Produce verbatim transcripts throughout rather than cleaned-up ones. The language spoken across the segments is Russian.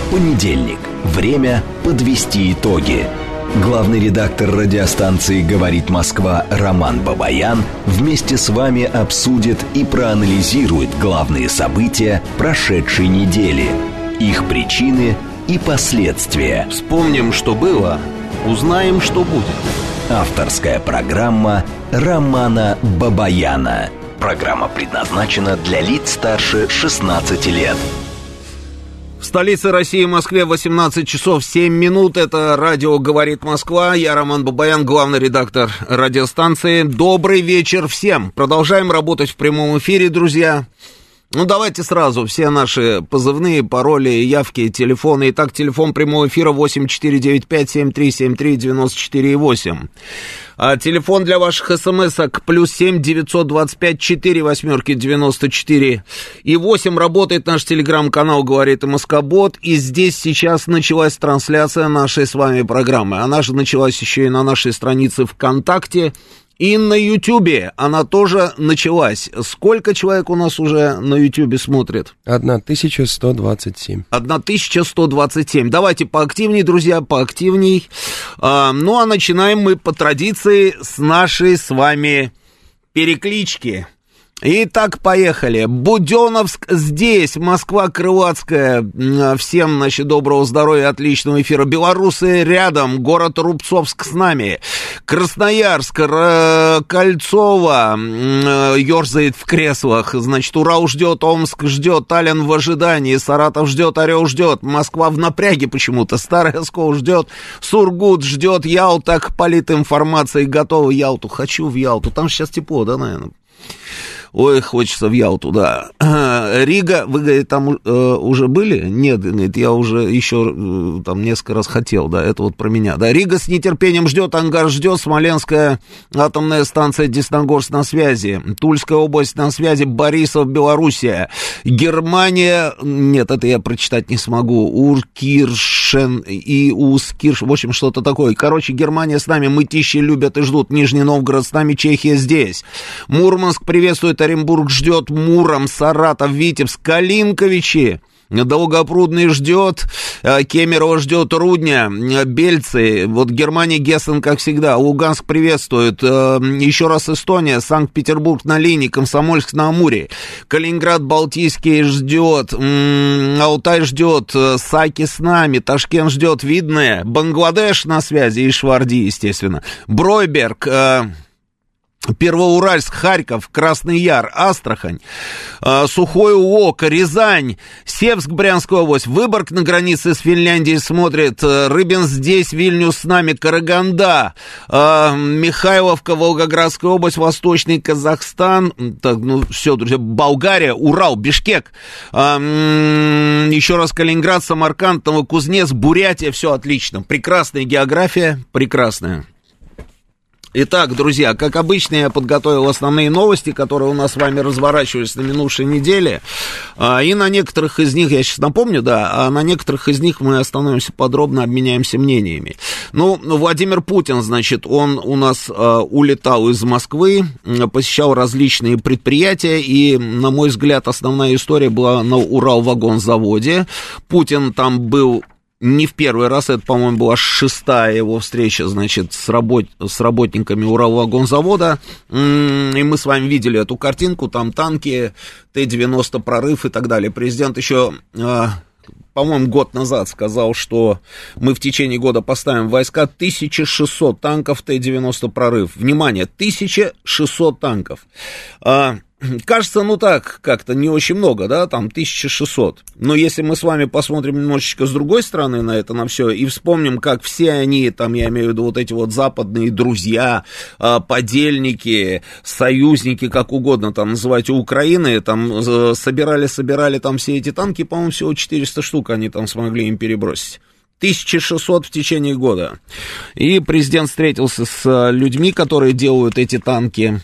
Понедельник. Время подвести итоги. Главный редактор радиостанции «Говорит Москва» Роман Бабаян вместе с вами обсудит и проанализирует главные события прошедшей недели, их причины и последствия. Вспомним, что было, узнаем, что будет. Авторская программа Романа Бабаяна. Программа предназначена для лиц старше шестнадцати лет. В столице России, Москве, восемнадцать часов семь минут. Это радио «Говорит Москва». Я Роман Бабаян, главный редактор радиостанции. Добрый вечер всем. Продолжаем работать в прямом эфире, друзья. Ну, давайте сразу все наши позывные, пароли, явки, телефоны. Итак, телефон прямого эфира восемь четыре девять пять семь три семь три девять четыре восемь. А телефон для ваших смс-ок плюс семь девятьсот двадцать пять четыре восьмерки девяносто четыре и восемь. Работает наш телеграм-канал «Говорит МСК-бот». И здесь сейчас началась трансляция нашей с вами программы. Она же началась еще и на нашей странице ВКонтакте. И на Ютьюбе она тоже началась. Сколько человек у нас уже на Ютьюбе смотрит? тысяча сто двадцать семь. тысяча сто двадцать семь. Давайте поактивней, друзья, поактивней. А, ну, а начинаем мы по традиции с нашей с вами переклички. Итак, поехали. Буденновск здесь, Москва Крылатская. Всем, значит, доброго здоровья, отличного эфира. Белорусы рядом, город Рубцовск с нами. Красноярск, Кольцово ерзает в креслах. Значит, Урал ждет, Омск ждет, Таллин в ожидании, Саратов ждет, Орел ждет, Москва в напряге почему-то, Старый Оскол ждет, Сургут ждет, Ялта к политинформации готова. Ялту, хочу в Ялту. Там сейчас тепло, да, наверное? Ой, хочется в Ялту, да. Рига, вы, говорит, там э, уже были? Нет, говорит, я уже еще э, там несколько раз хотел, да, это вот про меня. Да, Рига с нетерпением ждет, Ангар ждет, Смоленская атомная станция Десногорск на связи, Тульская область на связи, Борисов, Белоруссия, Германия, нет, это я прочитать не смогу, Уркиршен и Ускирш, в общем, что-то такое. Короче, Германия с нами, мытищи любят и ждут, Нижний Новгород с нами, Чехия здесь, Мурманск приветствует, Оренбург ждет, Муром, Саратов, Витебск, Калинковичи, Долгопрудный ждет, Кемерово ждет, Рудня, Бельцы, вот Германия, Гессен, как всегда, Луганск приветствует, еще раз Эстония, Санкт-Петербург на линии, Комсомольск на Амуре, Калининград Балтийский ждет, Алтай ждет, Саки с нами, Ташкент ждет, Видное, Бангладеш на связи и Шварди, естественно, Бройберг, Первоуральск, Харьков, Красный Яр, Астрахань, Сухой Лог, Рязань, Севск, Брянская область, Выборг на границе с Финляндией смотрит, Рыбин здесь, Вильнюс с нами, Караганда, Михайловка, Волгоградская область, Восточный Казахстан, так, ну, все, друзья, Болгария, Урал, Бишкек, еще раз Калининград, Самарканд, Новокузнецк, Бурятия, все отлично, прекрасная география, прекрасная. Итак, друзья, как обычно, я подготовил основные новости, которые у нас с вами разворачивались на минувшей неделе, и на некоторых из них, я сейчас напомню, да, а на некоторых из них мы остановимся подробно, обменяемся мнениями. Ну, Владимир Путин, значит, он у нас улетал из Москвы, посещал различные предприятия, и, на мой взгляд, основная история была на Уралвагонзаводе. Путин там был не в первый раз, это, по-моему, была шестая его встреча, значит, с, работ... с работниками Уралвагонзавода, и мы с вами видели эту картинку, там танки, Т девяносто прорыв и так далее. Президент еще, по-моему, год назад сказал, что мы в течение года поставим в войска тысяча шестьсот танков Т девяносто прорыв. Внимание, тысяча шестьсот танков. Кажется, ну так, как-то не очень много, да, там тысяча шестьсот. Но если мы с вами посмотрим немножечко с другой стороны на это, на все, и вспомним, как все они, там, я имею в виду вот эти вот западные друзья, подельники, союзники, как угодно там называть, у Украины, там, собирали-собирали там все эти танки, по-моему, всего четыреста штук они там смогли им перебросить. тысяча шестьсот в течение года. И президент встретился с людьми, которые делают эти танки.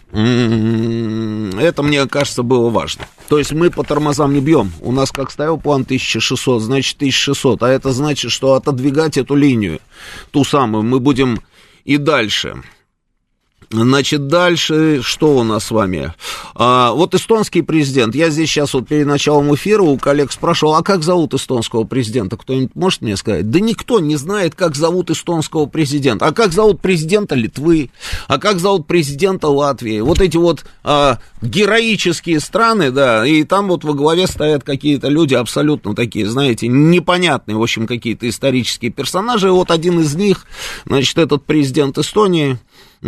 Это, мне кажется, было важно. То есть мы по тормозам не бьем. У нас как стоял план тысяча шестьсот, значит тысяча шестьсот. А это значит, что отодвигать эту линию, ту самую, мы будем и дальше. Значит, дальше что у нас с вами? А, вот эстонский президент. Я здесь сейчас вот перед началом эфира у коллег спрашивал, а как зовут эстонского президента? Кто-нибудь может мне сказать? Да никто не знает, как зовут эстонского президента. А как зовут президента Литвы? А как зовут президента Латвии? Вот эти вот а, героические страны, да, и там вот во главе стоят какие-то люди абсолютно такие, знаете, непонятные, в общем, какие-то исторические персонажи. И вот один из них, значит, этот президент Эстонии,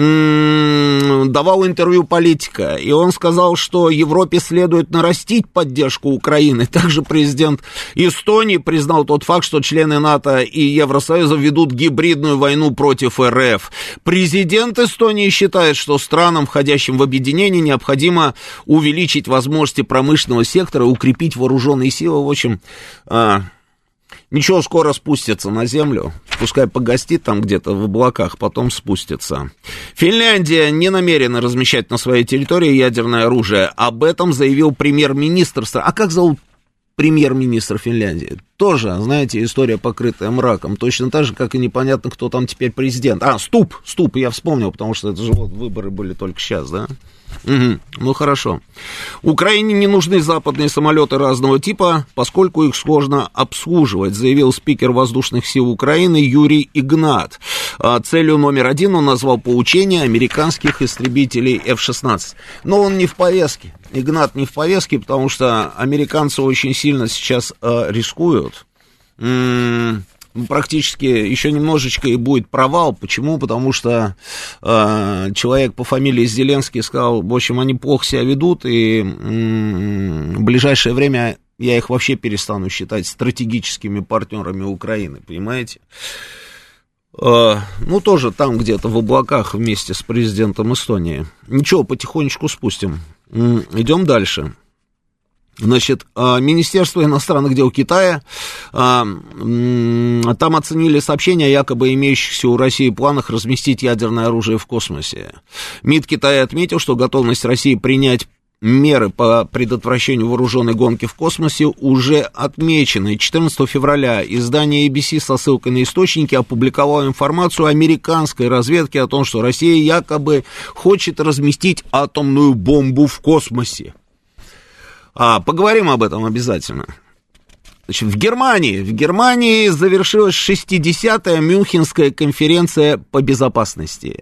давал интервью «Политика», и он сказал, что Европе следует нарастить поддержку Украины. Также президент Эстонии признал тот факт, что члены НАТО и Евросоюза ведут гибридную войну против РФ. Президент Эстонии считает, что странам, входящим в объединение, необходимо увеличить возможности промышленного сектора и укрепить вооруженные силы. В общем... Ничего, скоро спустится на землю, пускай погостит там где-то в облаках, потом спустится. Финляндия не намерена размещать на своей территории ядерное оружие. Об этом заявил премьер-министр. А как зовут премьер-министр Финляндии? Тоже, знаете, история, покрытая мраком. Точно так же, как и непонятно, кто там теперь президент. А, Ступ, Ступ, я вспомнил, потому что это же вот выборы были только сейчас, да? Угу, ну хорошо. Украине не нужны западные самолеты разного типа, поскольку их сложно обслуживать, заявил спикер воздушных сил Украины Юрий Игнат. Целью номер один он назвал получение американских истребителей эф шестнадцать. Но он не в повестке. Игнат не в повестке, потому что американцы очень сильно сейчас э, рискуют. М-м- Практически еще немножечко и будет провал. Почему? Потому что э, человек по фамилии Зеленский сказал, в общем, они плохо себя ведут, и м- в ближайшее время я их вообще перестану считать стратегическими партнерами Украины, понимаете? Э, ну, тоже там где-то в облаках вместе с президентом Эстонии. Ничего, потихонечку спустим. М- идем дальше. Значит, Министерство иностранных дел Китая, там оценили сообщения о якобы имеющихся у России планах разместить ядерное оружие в космосе. МИД Китая отметил, что готовность России принять меры по предотвращению вооруженной гонки в космосе уже отмечены. четырнадцатого февраля издание эй би си со ссылкой на источники опубликовало информацию американской разведки о том, что Россия якобы хочет разместить атомную бомбу в космосе. А, поговорим об этом обязательно. Значит, в Германии, в Германии завершилась шестидесятая Мюнхенская конференция по безопасности.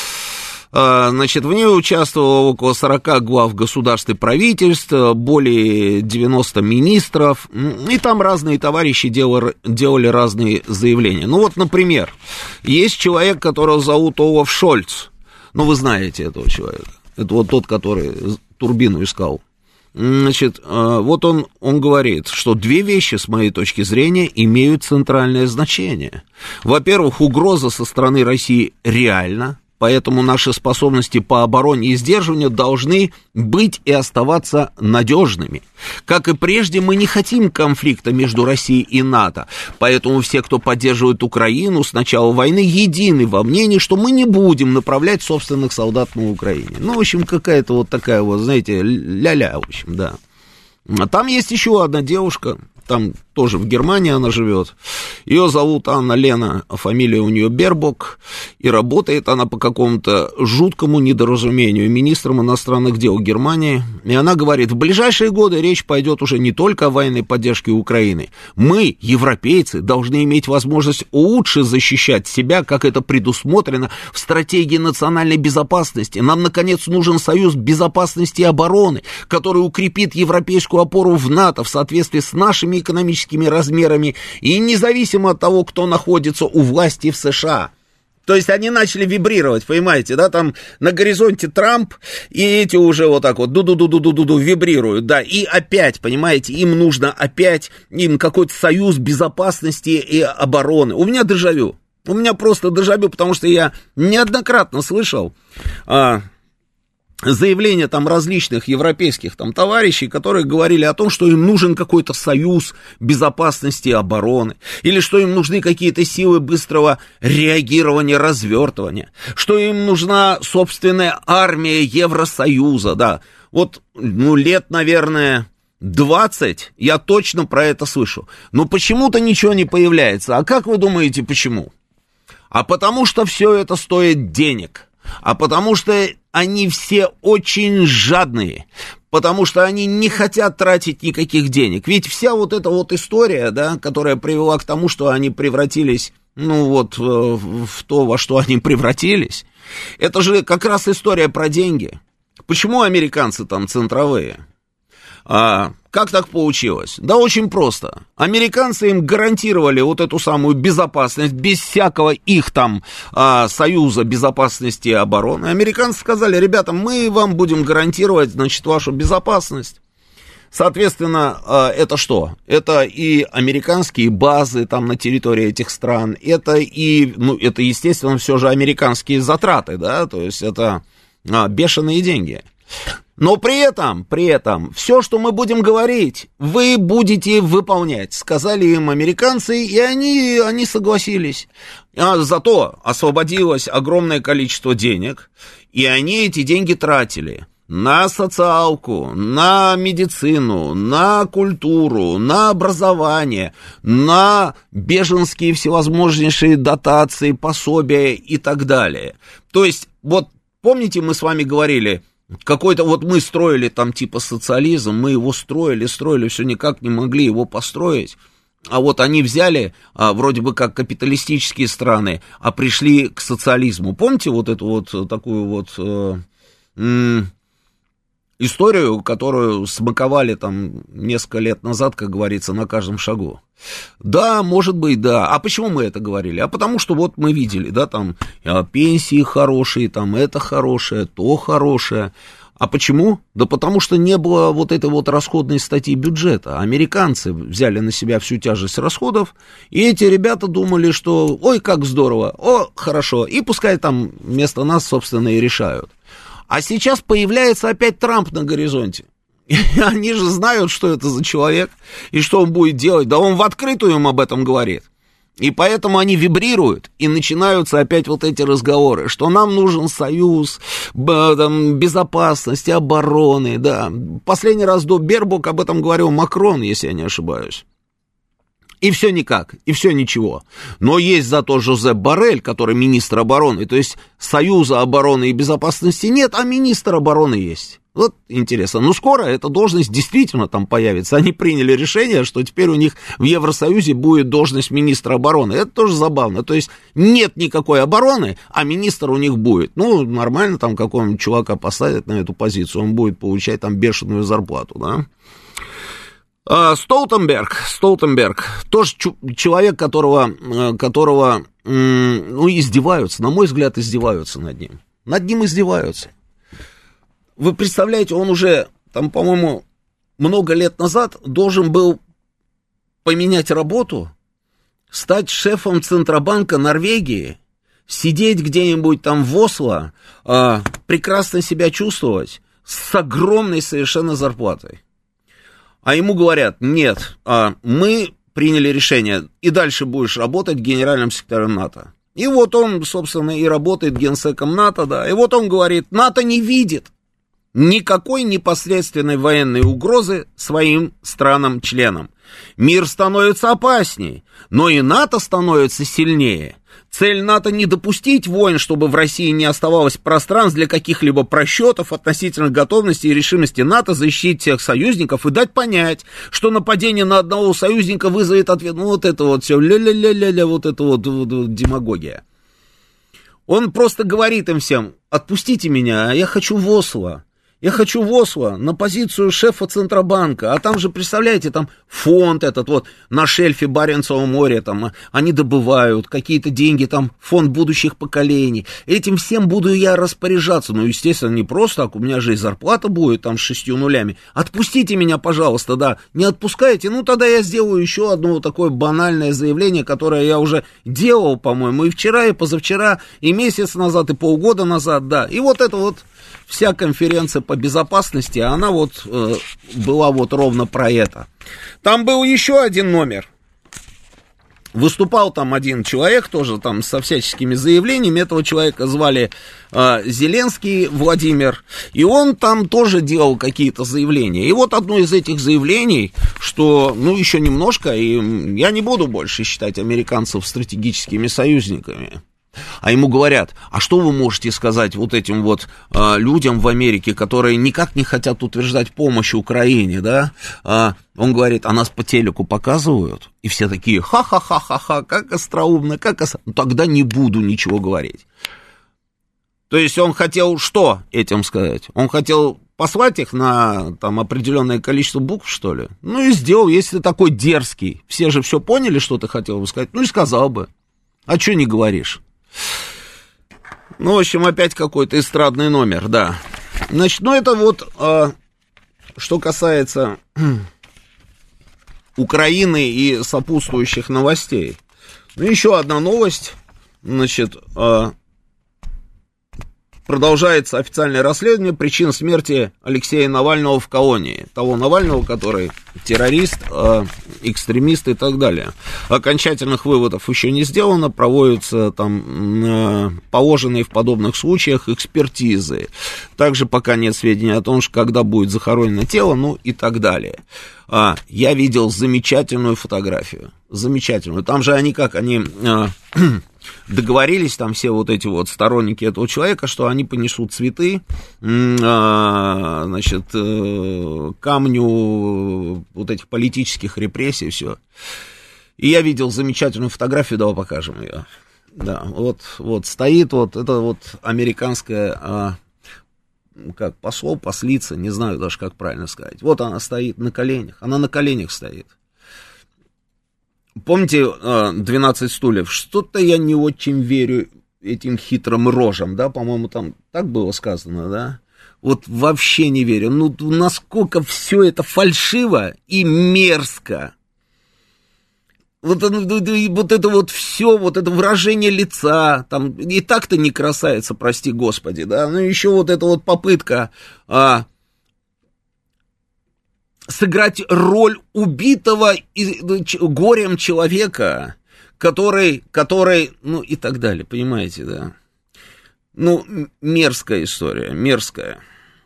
А, значит, в ней участвовало около сорока глав государств и правительств, более девяноста министров, и там разные товарищи делали, делали разные заявления. Ну вот, например, есть человек, которого зовут Олаф Шольц. Ну, вы знаете этого человека. Это вот тот, который турбину искал. Значит, вот он, он говорит, что две вещи, с моей точки зрения, имеют центральное значение. Во-первых, угроза со стороны России реальна, поэтому наши способности по обороне и сдерживанию должны быть и оставаться надежными. Как и прежде, мы не хотим конфликта между Россией и НАТО, поэтому все, кто поддерживает Украину с начала войны, едины во мнении, что мы не будем направлять собственных солдат на Украине. Ну, в общем, какая-то вот такая вот, знаете, ля-ля, в общем, да. А там есть еще одна девушка, там тоже в Германии она живет. Ее зовут Анна Лена, а фамилия у нее Бербок, и работает она по какому-то жуткому недоразумению министром иностранных дел Германии. И она говорит, в ближайшие годы речь пойдет уже не только о военной поддержке Украины. Мы, европейцы, должны иметь возможность лучше защищать себя, как это предусмотрено в стратегии национальной безопасности. Нам, наконец, нужен союз безопасности и обороны, который укрепит европейскую опору в НАТО в соответствии с нашими экономическими размерами и независимо от того, кто находится у власти в США. То есть они начали вибрировать, понимаете, да, там на горизонте Трамп, и эти уже вот так вот ду-ду-ду-ду-ду-ду вибрируют, да, и опять, понимаете, им нужно опять, им какой-то союз безопасности и обороны. У меня дежавю, у меня просто дежавю, потому что я неоднократно слышал а, заявления там различных европейских там товарищей, которые говорили о том, что им нужен какой-то союз безопасности и обороны, или что им нужны какие-то силы быстрого реагирования, развертывания, что им нужна собственная армия Евросоюза, да, вот, ну, лет, наверное, двадцать я точно про это слышу, но почему-то ничего не появляется. А как вы думаете, почему? А потому что все это стоит денег. а потому что они все очень жадные, потому что они не хотят тратить никаких денег. Ведь вся вот эта вот история, да, которая привела к тому, что они превратились, ну вот, в то, во что они превратились, это же как раз история про деньги. Почему американцы там центровые? А, как так получилось? Да очень просто. Американцы им гарантировали вот эту самую безопасность без всякого их там а, союза безопасности и обороны. Американцы сказали: ребята, мы вам будем гарантировать, значит, вашу безопасность. Соответственно, а, это что? Это и американские базы там на территории этих стран, это и, ну, это, естественно, все же американские затраты, да, то есть это а, бешеные деньги. Но при этом, при этом, все, что мы будем говорить, вы будете выполнять, сказали им американцы, и они, они согласились. А зато освободилось огромное количество денег, и они эти деньги тратили на социалку, на медицину, на культуру, на образование, на беженские всевозможнейшие дотации, пособия и так далее. То есть, вот помните, мы с вами говорили... Какой-то вот мы строили там типа социализм, мы его строили, строили, все никак не могли его построить. А вот они взяли, а, вроде бы как капиталистические страны, а пришли к социализму. Помните вот эту вот такую вот э, м- историю, которую смаковали там несколько лет назад, как говорится, на каждом шагу? Да, может быть, да. А почему мы это говорили? А потому что вот мы видели, да, там пенсии хорошие, там это хорошее, то хорошее. А почему? Да потому что не было вот этой вот расходной статьи бюджета. Американцы взяли на себя всю тяжесть расходов, и эти ребята думали, что ой, как здорово, о, хорошо, и пускай там вместо нас, собственно, и решают. А сейчас появляется опять Трамп на горизонте. И они же знают, что это за человек и что он будет делать. Да он в открытую им об этом говорит. И поэтому они вибрируют, и начинаются опять вот эти разговоры, что нам нужен союз там, безопасности, обороны. Да. Последний раз до Бербок об этом говорил Макрон, если я не ошибаюсь. И все никак, и все ничего. Но есть зато Жозеп Боррель, который министр обороны, то есть союза обороны и безопасности нет, а министр обороны есть. Вот интересно. Ну, скоро эта должность действительно там появится. Они приняли решение, что теперь у них в Евросоюзе будет должность министра обороны. Это тоже забавно. То есть нет никакой обороны, а министр у них будет. Ну, нормально, там какого-нибудь чувака посадят на эту позицию, он будет получать там бешеную зарплату, да. Столтенберг, Столтенберг, тоже человек, которого, которого, ну, издеваются, на мой взгляд, издеваются над ним. Над ним издеваются. Вы представляете, он уже, там, по-моему, много лет назад должен был поменять работу, стать шефом Центробанка Норвегии, сидеть где-нибудь там в Осло, прекрасно себя чувствовать, с огромной совершенно зарплатой. А ему говорят: нет, мы приняли решение, и дальше будешь работать генеральным секретарем НАТО. И вот он, собственно, и работает генсеком НАТО, да, и вот он говорит: НАТО не видит никакой непосредственной военной угрозы своим странам-членам. Мир становится опаснее, но и НАТО становится сильнее. Цель НАТО не допустить войн, чтобы в России не оставалось пространств для каких-либо просчетов относительно готовности и решимости НАТО защитить всех союзников и дать понять, что нападение на одного союзника вызовет ответ. Ну, вот это вот все, ля-ля-ля-ля-ля, вот это вот, вот, вот демагогия. Он просто говорит им всем: отпустите меня, я хочу в Осло. Я хочу в Осло на позицию шефа Центробанка, а там же, представляете, там фонд этот вот на шельфе Баренцева моря, там они добывают какие-то деньги, там фонд будущих поколений. Этим всем буду я распоряжаться. Ну, естественно, не просто так, у меня же и зарплата будет там с шестью нулями. Отпустите меня, пожалуйста, да. Не отпускаете? Ну, тогда я сделаю еще одно вот такое банальное заявление, которое я уже делал, по-моему, и вчера, и позавчера, и месяц назад, и полгода назад, да. И вот это вот вся конференция по безопасности, она вот э, была вот ровно про это. Там был еще один номер. Выступал там один человек, тоже там со всяческими заявлениями. Этого человека звали э, Зеленский Владимир. И он там тоже делал какие-то заявления. И вот одно из этих заявлений, что, ну, еще немножко, и я не буду больше считать американцев стратегическими союзниками. А ему говорят, а что вы можете сказать вот этим вот а, людям в Америке, которые никак не хотят утверждать помощь Украине, да? А, он говорит, а нас по телеку показывают, и все такие, ха-ха-ха-ха-ха, как остроумно, как ос... ну, тогда не буду ничего говорить. То есть он хотел что этим сказать? Он хотел послать их на там определенное количество букв, что ли? Ну и сделал, если ты такой дерзкий. Все же все поняли, что ты хотел бы сказать, ну и сказал бы. А что не говоришь? Ну, в общем, опять какой-то эстрадный номер, да. Значит, ну это вот, э, что касается Украины и сопутствующих новостей. Ну, еще одна новость, значит, э, продолжается официальное расследование причин смерти Алексея Навального в колонии. Того Навального, который террорист, э, экстремист и так далее. Окончательных выводов еще не сделано, проводятся там э, положенные в подобных случаях экспертизы. Также пока нет сведений о том, что когда будет захоронено тело, ну и так далее. А, я видел замечательную фотографию, замечательную. Там же они как, они... Э, договорились там все вот эти вот сторонники этого человека, что они понесут цветы, значит, камню вот этих политических репрессий, все. И я видел замечательную фотографию, давай покажем ее. Да, вот, вот стоит вот, это вот американская, как посол, послица, не знаю даже, как правильно сказать. Вот она стоит на коленях, она на коленях стоит. Помните двенадцать стульев? Что-то я не очень верю этим хитрым рожам, да, по-моему, там так было сказано, да? Вот вообще не верю. Ну, насколько все это фальшиво и мерзко. Вот, вот это вот все, вот это выражение лица, там, и так-то не красавица, прости господи, да? Ну, еще вот эта вот попытка... А, сыграть роль убитого горем человека, который, который, ну и так далее, понимаете, да? Ну, мерзкая история, мерзкая.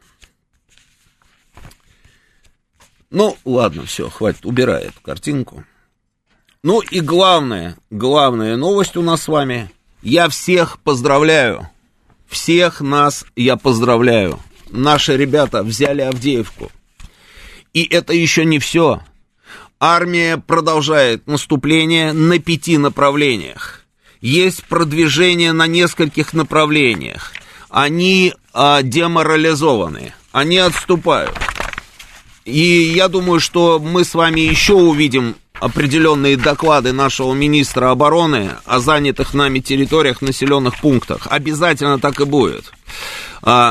Ну, ладно, все, хватит, убирай эту картинку. Ну и главное, главная новость у нас с вами. Я всех поздравляю, всех нас я поздравляю. Наши ребята взяли Авдеевку. И это еще не все. Армия продолжает наступление на пяти направлениях. Есть продвижение на нескольких направлениях. Они а, деморализованы. Они отступают. И я думаю, что мы с вами еще увидим определенные доклады нашего министра обороны о занятых нами территориях, населенных пунктах. Обязательно так и будет. А,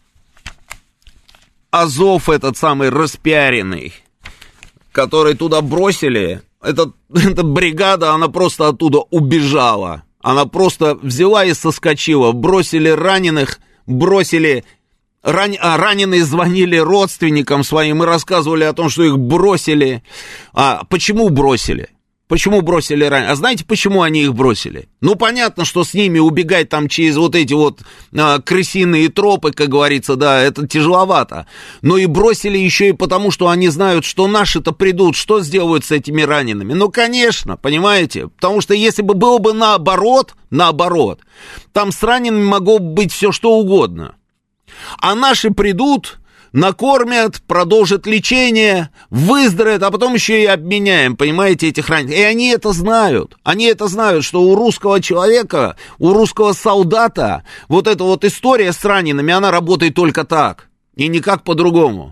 Азов этот самый распиаренный, который туда бросили, этот, эта бригада, она просто оттуда убежала. Она просто взяла и соскочила. Бросили раненых, бросили... Ран... А раненые звонили родственникам своим и рассказывали о том, что их бросили. А почему бросили? Почему бросили ранее? А знаете, почему они их бросили? Ну, понятно, что с ними убегать там через вот эти вот а, крысиные тропы, как говорится, да, это тяжеловато. Но и бросили еще и потому, что они знают, что наши-то придут, что сделают с этими ранеными? Ну, конечно, понимаете? Потому что если бы было бы наоборот, наоборот, там с ранеными могло бы быть все что угодно. А наши придут... накормят, продолжат лечение, выздоровеют, а потом еще и обменяем, понимаете, этих раненых. И они это знают. Они это знают, что у русского человека, у русского солдата вот эта вот история с ранеными, она работает только так. И никак по-другому.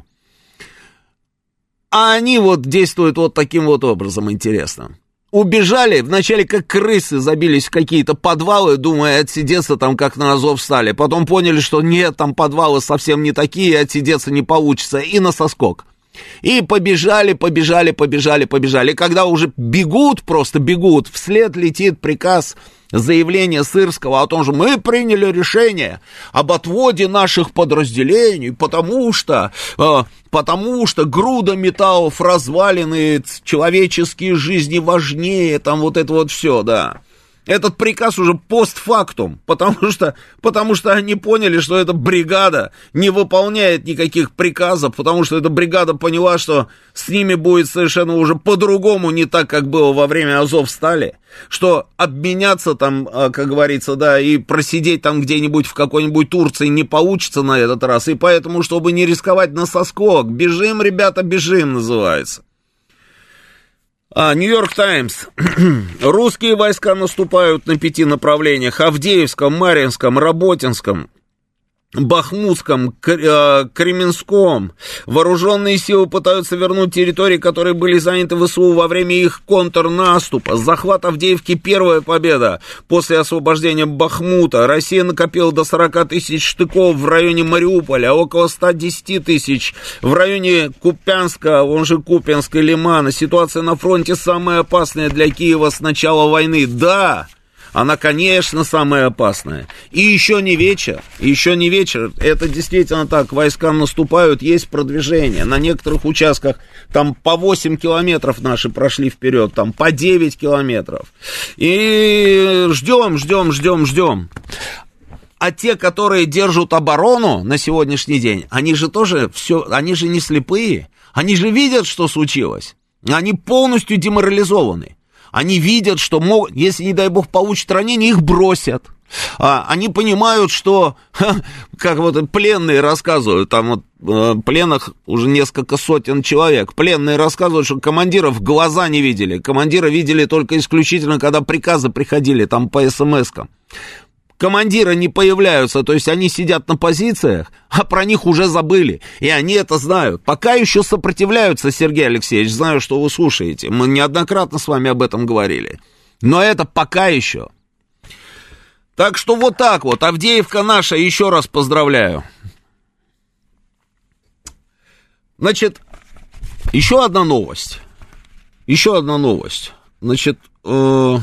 А они вот действуют вот таким вот образом, интересно. Убежали, вначале как крысы забились в какие-то подвалы, думая отсидеться там как на Азовстале. Потом поняли, что нет, там подвалы совсем не такие, отсидеться не получится. И на соскок. И побежали, побежали, побежали, побежали. И когда уже бегут, просто бегут, вслед летит приказ, заявление Сырского о том, что мы приняли решение об отводе наших подразделений, потому что, э, потому что груда металлов, развалины, человеческие жизни важнее, там вот это вот все, да. Этот приказ уже постфактум, потому что, потому что они поняли, что эта бригада не выполняет никаких приказов, потому что эта бригада поняла, что с ними будет совершенно уже по-другому, не так, как было во время Азовстали, что обменяться там, как говорится, да, и просидеть там где-нибудь в какой-нибудь Турции не получится на этот раз, и поэтому, чтобы не рисковать на соскок, бежим, ребята, бежим, называется. Нью-Йорк Таймс. Русские войска наступают на пяти направлениях: Авдеевском, Марьинском, Работинском, Бахмутском, Кременском. Вооруженные силы пытаются вернуть территории, которые были заняты ВСУ во время их контрнаступа. Захват Авдеевки — первая победа после освобождения Бахмута. Россия накопила до сорок тысяч штыков в районе Мариуполя, около сто десять тысяч в районе Купянска, он же Купянска, Лимана. Ситуация на фронте самая опасная для Киева с начала войны. Да! Она, конечно, самая опасная. И еще не вечер, еще не вечер. Это действительно так, войска наступают, есть продвижение. На некоторых участках там по восемь километров наши прошли вперед, там по девять километров. И ждем, ждем, ждем, ждем. А те, которые держат оборону на сегодняшний день, они же тоже все, они же не слепые. Они же видят, что случилось. Они полностью деморализованы. Они видят, что, мог, если, не дай бог, получат ранение, их бросят. А, они понимают, что, ха, как вот пленные рассказывают, там вот в пленах уже несколько сотен человек, пленные рассказывают, что командиров глаза не видели, командира видели только исключительно, когда приказы приходили там по смс-кам. Командиры не появляются, то есть они сидят на позициях, а про них уже забыли, и они это знают. Пока еще сопротивляются, Сергей Алексеевич, знаю, что вы слушаете, мы неоднократно с вами об этом говорили, но это пока еще. Так что вот так вот, Авдеевка наша, еще раз поздравляю. Значит, еще одна новость, еще одна новость, значит... Э-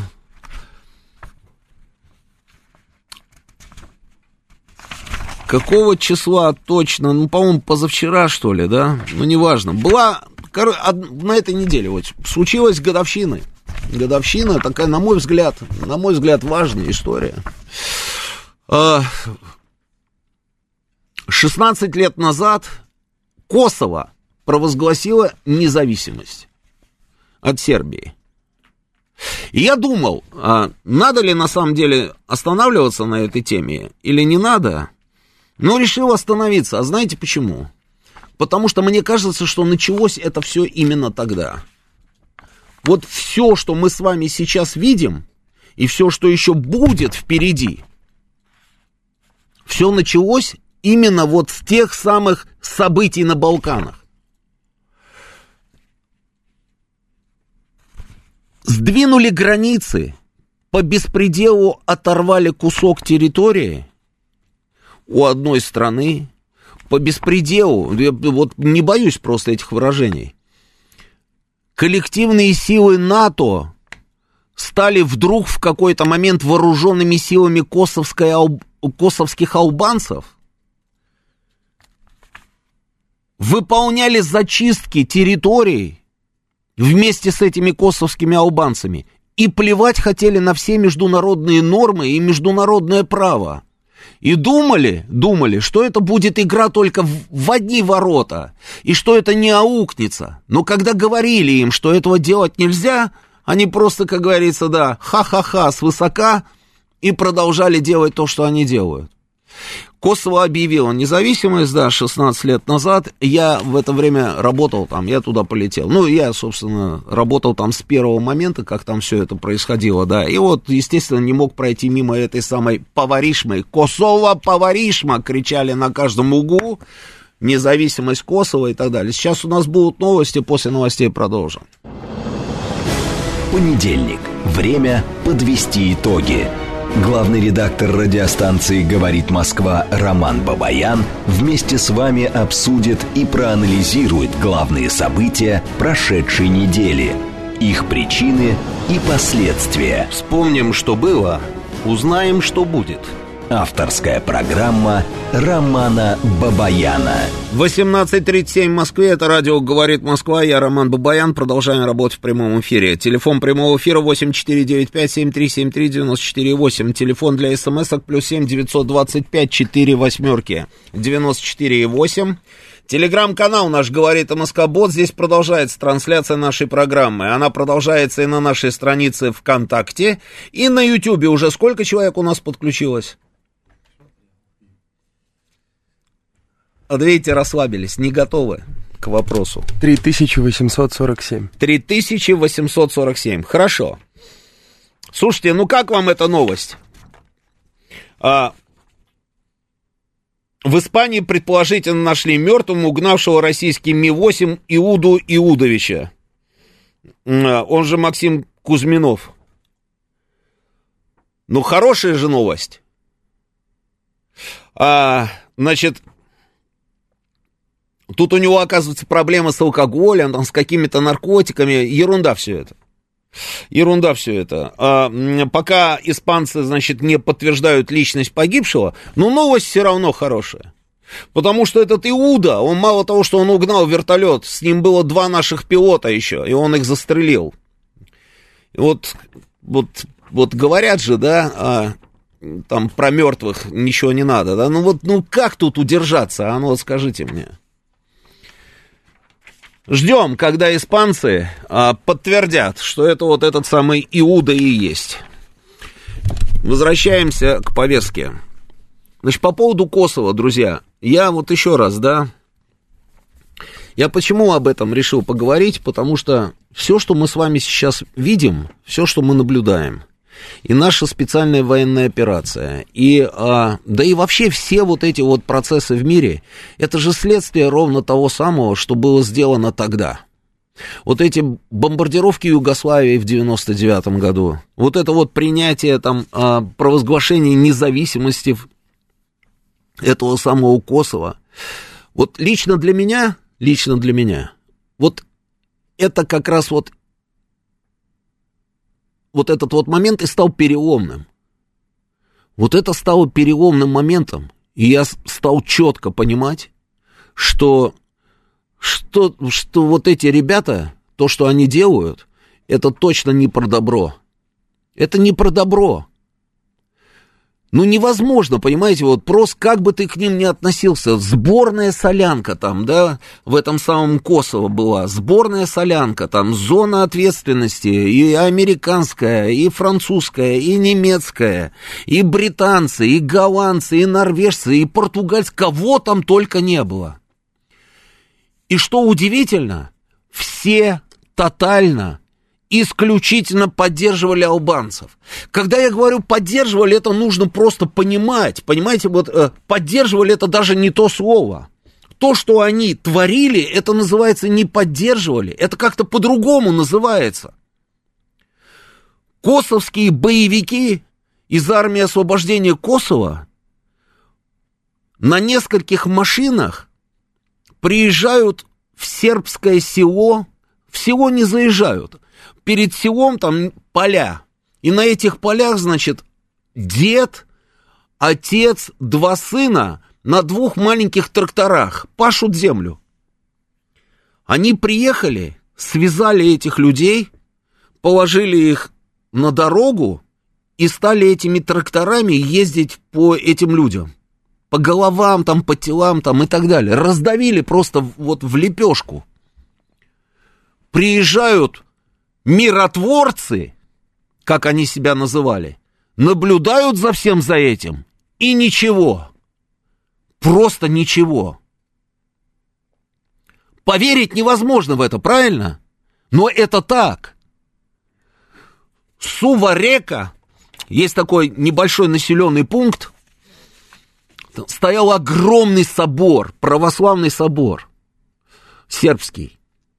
Какого числа точно? Ну, по-моему, позавчера, что ли, да? Ну, неважно. Была, на этой неделе вот, случилась годовщина. Годовщина такая, на мой взгляд, на мой взгляд, важная история. шестнадцать лет назад Косово провозгласило независимость от Сербии. И я думал, надо ли на самом деле останавливаться на этой теме или не надо. Но решил остановиться. А знаете почему? Потому что мне кажется, что началось это все именно тогда. Вот все, что мы с вами сейчас видим, и все, что еще будет впереди, все началось именно вот с тех самых событий на Балканах. Сдвинули границы, по беспределу оторвали кусок территории у одной страны, по беспределу, я вот не боюсь просто этих выражений, коллективные силы НАТО стали вдруг в какой-то момент вооруженными силами косовской, косовских албанцев, выполняли зачистки территорий вместе с этими косовскими албанцами и плевать хотели на все международные нормы и международное право. И думали, думали, что это будет игра только в, в одни ворота, и что это не аукнется. Но когда говорили им, что этого делать нельзя, они просто, как говорится, да, ха-ха-ха, свысока, и продолжали делать то, что они делают. Косово объявило независимость, да, шестнадцать лет назад. Я в это время работал там, я туда полетел. Ну, я, собственно, работал там с первого момента, как там все это происходило, да. И вот, естественно, не мог пройти мимо этой самой поваришмы. «Косово, поваришма!» кричали на каждом углу. Независимость Косово и так далее. Сейчас у нас будут новости, после новостей продолжим. Понедельник. Время подвести итоги. Главный редактор радиостанции «Говорит Москва» Роман Бабаян вместе с вами обсудит и проанализирует главные события прошедшей недели, их причины и последствия. Вспомним, что было, узнаем, что будет. Авторская программа Романа Бабаяна. восемнадцать тридцать семь в Москве. Это радио «Говорит Москва». Я Роман Бабаян. Продолжаем работать в прямом эфире. Телефон прямого эфира восемь четыре девять пять семь три семь три девять четыре восемь. Телефон для смс-ок плюс семь девятьсот двадцать пять четыре восьмерки девяносто четыре восемь. Телеграм-канал наш «Говорит МСК-бот». Здесь продолжается трансляция нашей программы. Она продолжается и на нашей странице ВКонтакте, и на Ютьюбе. Уже сколько человек у нас подключилось? Вот видите, расслабились, не готовы к вопросу. три тысячи восемьсот сорок семь. три тысячи восемьсот сорок семь. Хорошо. Слушайте, ну как вам эта новость? А, в Испании предположительно нашли мертвым угнавшего российский Ми восемь Иуду Иудовича. Он же Максим Кузьминов. Ну, хорошая же новость. А, значит... Тут у него, оказывается, проблема с алкоголем, там, с какими-то наркотиками. Ерунда все это. Ерунда все это. А, пока испанцы, значит, не подтверждают личность погибшего, но новость все равно хорошая. Потому что этот Иуда, он мало того, что он угнал вертолет, с ним было два наших пилота еще, и он их застрелил. И вот, вот, вот говорят же, да, а, там про мертвых ничего не надо, да, ну вот, ну как тут удержаться, а ну вот скажите мне. Ждем, когда испанцы а, подтвердят, что это вот этот самый Иуда и есть. Возвращаемся к повестке. Значит, по поводу Косово, друзья, я вот еще раз, да, я почему об этом решил поговорить, потому что все, что мы с вами сейчас видим, все, что мы наблюдаем, и наша специальная военная операция, и, а, да и вообще все вот эти вот процессы в мире, это же следствие ровно того самого, что было сделано тогда. Вот эти бомбардировки Югославии в девяносто девятом году, вот это вот принятие там а, провозглашения независимости этого самого Косово, вот лично для меня, лично для меня, вот это как раз вот вот этот вот момент и стал переломным. Вот это стало переломным моментом, и я стал четко понимать, что, что, что вот эти ребята, то, что они делают, это точно не про добро. Это не про добро. Ну, невозможно, понимаете, вот просто как бы ты к ним ни относился, сборная солянка там, да, в этом самом Косово была, сборная солянка, там, зона ответственности, и американская, и французская, и немецкая, и британцы, и голландцы, и норвежцы, и португальцы, кого там только не было. И что удивительно, все тотально исключительно поддерживали албанцев. Когда я говорю поддерживали, это нужно просто понимать. Понимаете, вот поддерживали это даже не то слово. То, что они творили, это называется не поддерживали. Это как-то по-другому называется. Косовские боевики из армии освобождения Косово на нескольких машинах приезжают в сербское село, в село не заезжают. Перед селом там поля, и на этих полях, значит, дед, отец, два сына на двух маленьких тракторах пашут землю. Они приехали, связали этих людей, положили их на дорогу и стали этими тракторами ездить по этим людям. По головам, там, по телам там, и так далее. Раздавили просто вот в лепешку. Приезжают миротворцы, как они себя называли, наблюдают за всем за этим, и ничего, просто ничего. Поверить невозможно в это, правильно? Но это так. Сува-Река, есть такой небольшой населенный пункт, стоял огромный собор, православный собор, сербский.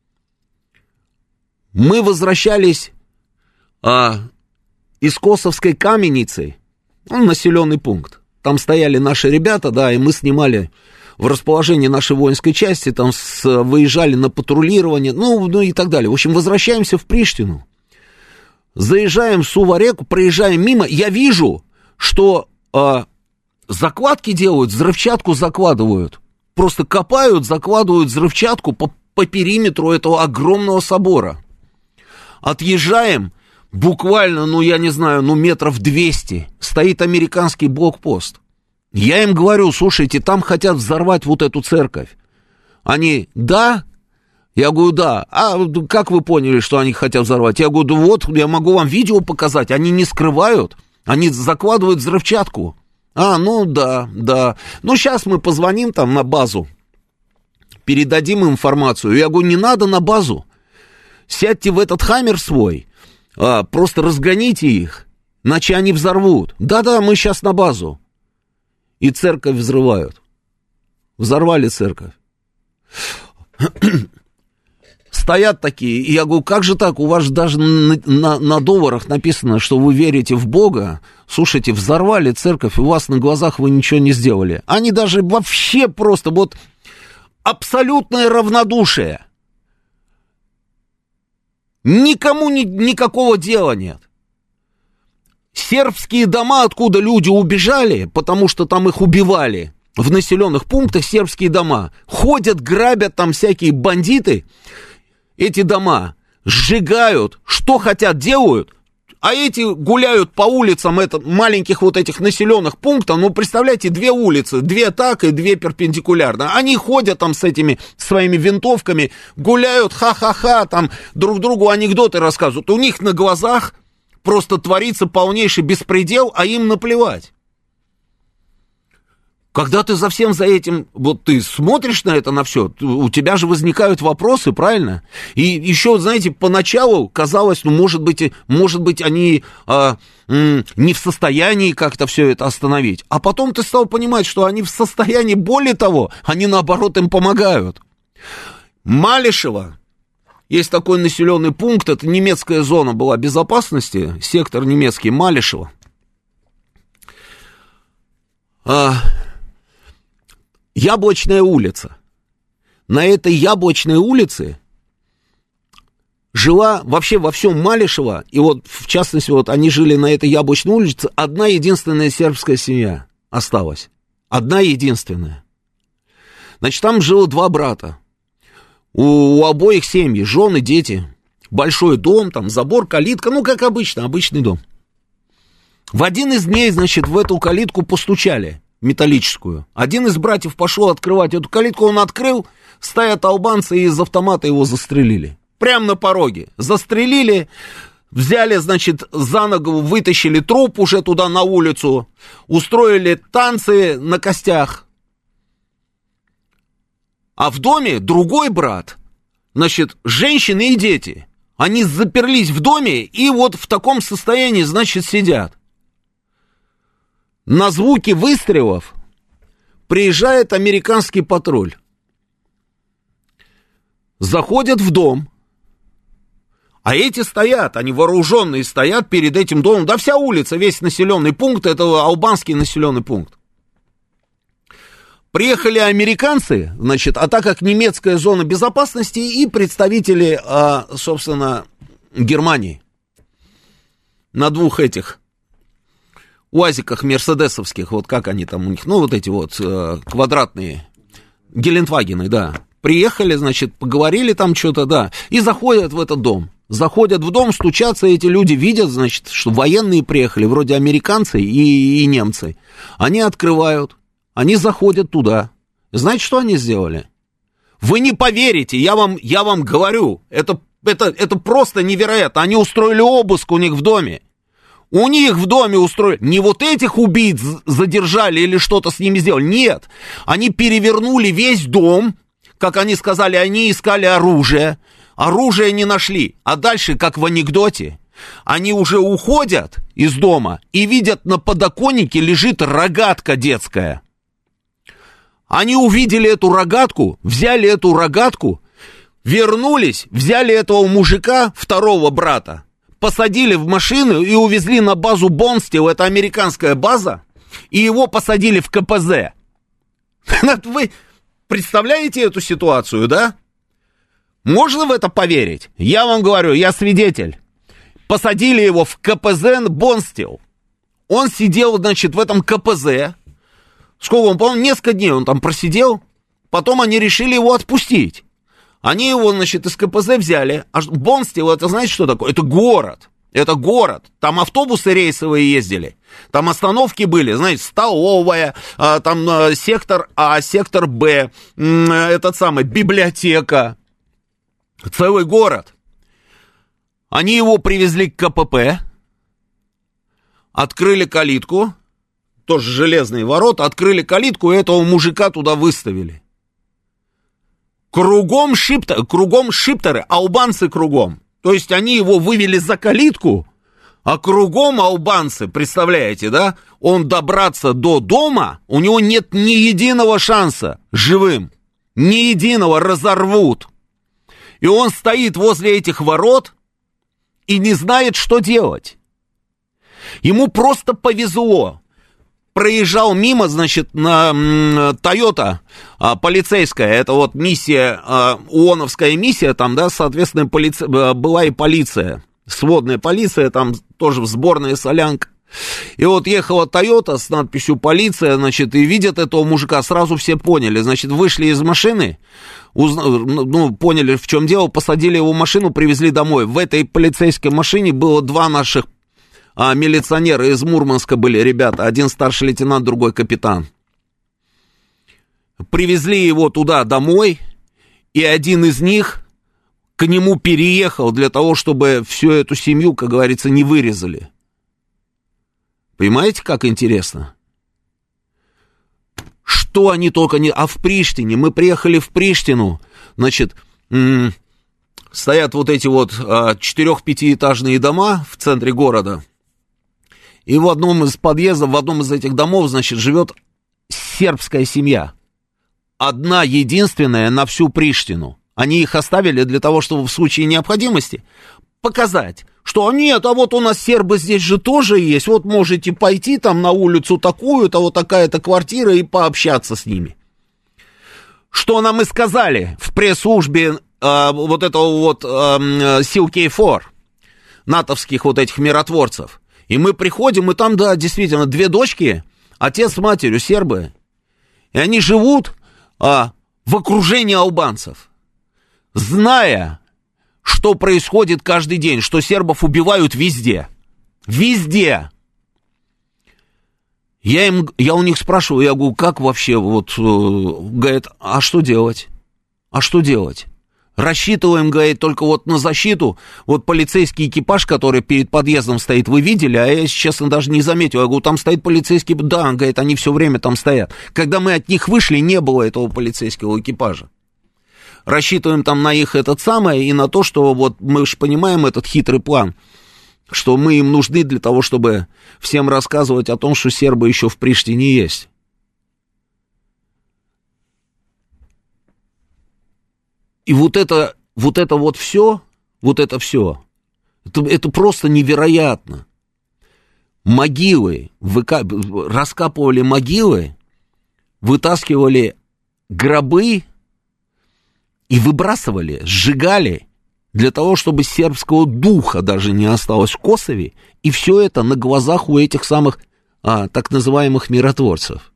Мы возвращались а, из Косовской Каменицы, ну, населенный пункт. Там стояли наши ребята, да, и мы снимали в расположении нашей воинской части, там с, выезжали на патрулирование, ну, ну и так далее. В общем, возвращаемся в Приштину. Заезжаем в Сува-Реку, проезжаем мимо. Я вижу, что а, закладки делают, взрывчатку закладывают. Просто копают, закладывают взрывчатку по, по периметру этого огромного собора. Отъезжаем, буквально, ну, я не знаю, ну, метров двести, стоит американский блокпост. Я им говорю, слушайте, там хотят взорвать вот эту церковь. Они, да? Я говорю, да. А как вы поняли, что они хотят взорвать? Я говорю, да вот, я могу вам видео показать. Они не скрывают, они закладывают взрывчатку. А, ну да, да. Ну, сейчас мы позвоним там на базу, передадим им информацию. Я говорю, не надо на базу. Сядьте в этот хаммер свой, а, просто разгоните их, иначе они взорвут. Да-да, мы сейчас на базу. И церковь взрывают. Взорвали церковь. Стоят такие, и я говорю, как же так, у вас же даже на, на, на долларах написано, что вы верите в Бога. Слушайте, взорвали церковь, у вас на глазах вы ничего не сделали. Они даже вообще просто, вот, абсолютное равнодушие. Никому ни, никакого дела нет. Сербские дома, откуда люди убежали, потому что там их убивали, в населенных пунктах сербские дома, ходят, грабят там всякие бандиты, эти дома сжигают, что хотят делают, а эти гуляют по улицам это, маленьких вот этих населенных пунктов, ну, представляете, две улицы, две так и две перпендикулярно, они ходят там с этими своими винтовками, гуляют, ха-ха-ха, там друг другу анекдоты рассказывают, у них на глазах просто творится полнейший беспредел, а им наплевать. Когда ты за всем за этим, вот ты смотришь на это, на все, у тебя же возникают вопросы, правильно? И еще, знаете, поначалу казалось, ну, может быть, может быть они а, м, не в состоянии как-то все это остановить. А потом ты стал понимать, что они в состоянии, более того, они, наоборот, им помогают. Малишево, есть такой населенный пункт, это немецкая зона была безопасности, сектор немецкий, Малишево. А... Яблочная улица. На этой Яблочной улице жила вообще во всем Малишево, и вот в частности вот они жили на этой Яблочной улице, одна единственная сербская семья осталась. Одна единственная. Значит, там жило два брата. У, у обоих семьи, жены, дети. Большой дом, там забор, калитка, ну, как обычно, обычный дом. В один из дней, значит, в эту калитку постучали. Металлическую. Один из братьев пошел открывать эту калитку, он открыл, стоят албанцы и из автомата его застрелили. Прямо на пороге. Застрелили, взяли, значит, за ногу, вытащили труп уже туда на улицу, устроили танцы на костях. А в доме другой брат, значит, женщины и дети. Они заперлись в доме и вот в таком состоянии, значит, сидят. На звуки выстрелов приезжает американский патруль. Заходят в дом, а эти стоят, они вооруженные стоят перед этим домом. Да вся улица, весь населенный пункт, это албанский населенный пункт. Приехали американцы, значит, а так как немецкая зона безопасности и представители, собственно, Германии на двух этих уазиках мерседесовских, вот как они там у них, ну, вот эти вот э, квадратные Гелендвагены, да. Приехали, значит, поговорили там что-то, да, и заходят в этот дом. Заходят в дом, стучатся, эти люди видят, значит, что военные приехали, вроде американцы и, и немцы. Они открывают, они заходят туда. Знаете, что они сделали? Вы не поверите, я вам, я вам говорю, это, это, это просто невероятно. Они устроили обыск у них в доме. У них в доме устроили, не вот этих убийц задержали или что-то с ними сделали, нет. Они перевернули весь дом, как они сказали, они искали оружие, оружие не нашли. А дальше, как в анекдоте, они уже уходят из дома и видят, на подоконнике лежит рогатка детская. Они увидели эту рогатку, взяли эту рогатку, вернулись, взяли этого мужика, второго брата, посадили в машину и увезли на базу Бонстил, это американская база, и его посадили в ка пэ зэ. Вы представляете эту ситуацию, да? Можно в это поверить? Я вам говорю, я свидетель. Посадили его в ка пэ зэ Бонстил. Он сидел, значит, в этом ка пэ зэ, Сколько он, по-моему, несколько дней он там просидел, потом они решили его отпустить. Они его, значит, из ка пэ зэ взяли. А Бонстил, это знаете, что такое? Это город. Это город. Там автобусы рейсовые ездили. Там остановки были, знаете, столовая, там сектор А, сектор Б, этот самый, библиотека. Целый город. Они его привезли к ка пэ пэ, открыли калитку, тоже железные ворота, открыли калитку, и этого мужика туда выставили. Кругом шиптеры, кругом шиптеры, албанцы кругом. То есть они его вывели за калитку, а кругом албанцы, представляете, да? Он добраться до дома, у него нет ни единого шанса живым. Ни единого, разорвут. И он стоит возле этих ворот и не знает, что делать. Ему просто повезло. Проезжал мимо, значит, на Toyota а, полицейская, это вот миссия, а, ООНовская миссия, там, да, соответственно, полиция, была и полиция, сводная полиция, там тоже сборная солянка. И вот ехала Toyota с надписью «Полиция», значит, и видят этого мужика, сразу все поняли, значит, вышли из машины, узна, ну, поняли, в чем дело, посадили его в машину, привезли домой. В этой полицейской машине было два наших А милиционеры из Мурманска были ребята, один старший лейтенант, другой капитан. Привезли его туда домой, и один из них к нему переехал для того, чтобы всю эту семью, как говорится, не вырезали. Понимаете, как интересно? Что они только не... А в Приштине, мы приехали в Приштину, значит, м- стоят вот эти вот а, четырех-пятиэтажные дома в центре города. И в одном из подъездов, в одном из этих домов, значит, живет сербская семья. Одна, единственная на всю Приштину. Они их оставили для того, чтобы в случае необходимости показать, что нет, а вот у нас сербы здесь же тоже есть, вот можете пойти там на улицу такую-то, вот такая-то квартира и пообщаться с ними. Что нам и сказали в пресс-службе э, вот этого вот э, сил кей фор, натовских вот этих миротворцев. И мы приходим, и там, да, действительно, две дочки, отец с матерью, сербы. И они живут а, в окружении албанцев, зная, что происходит каждый день, что сербов убивают везде. Везде. Я, им, я у них спрашиваю, я говорю, как вообще, вот, говорит, а что делать? А что делать? Рассчитываем, говорит, только вот на защиту. Вот полицейский экипаж, который перед подъездом стоит, вы видели? А я, если честно, даже не заметил. Я говорю, там стоит полицейский... Да, он говорит, они все время там стоят. Когда мы от них вышли, не было этого полицейского экипажа. Рассчитываем там на их этот самый и на то, что вот мы же понимаем этот хитрый план, что мы им нужны для того, чтобы всем рассказывать о том, что сербы еще в Приштине есть. И вот это, вот это вот все, вот это все, это, это просто невероятно. Могилы, выка... раскапывали могилы, вытаскивали гробы и выбрасывали, сжигали, для того, чтобы сербского духа даже не осталось в Косове, и все это на глазах у этих самых а, так называемых миротворцев.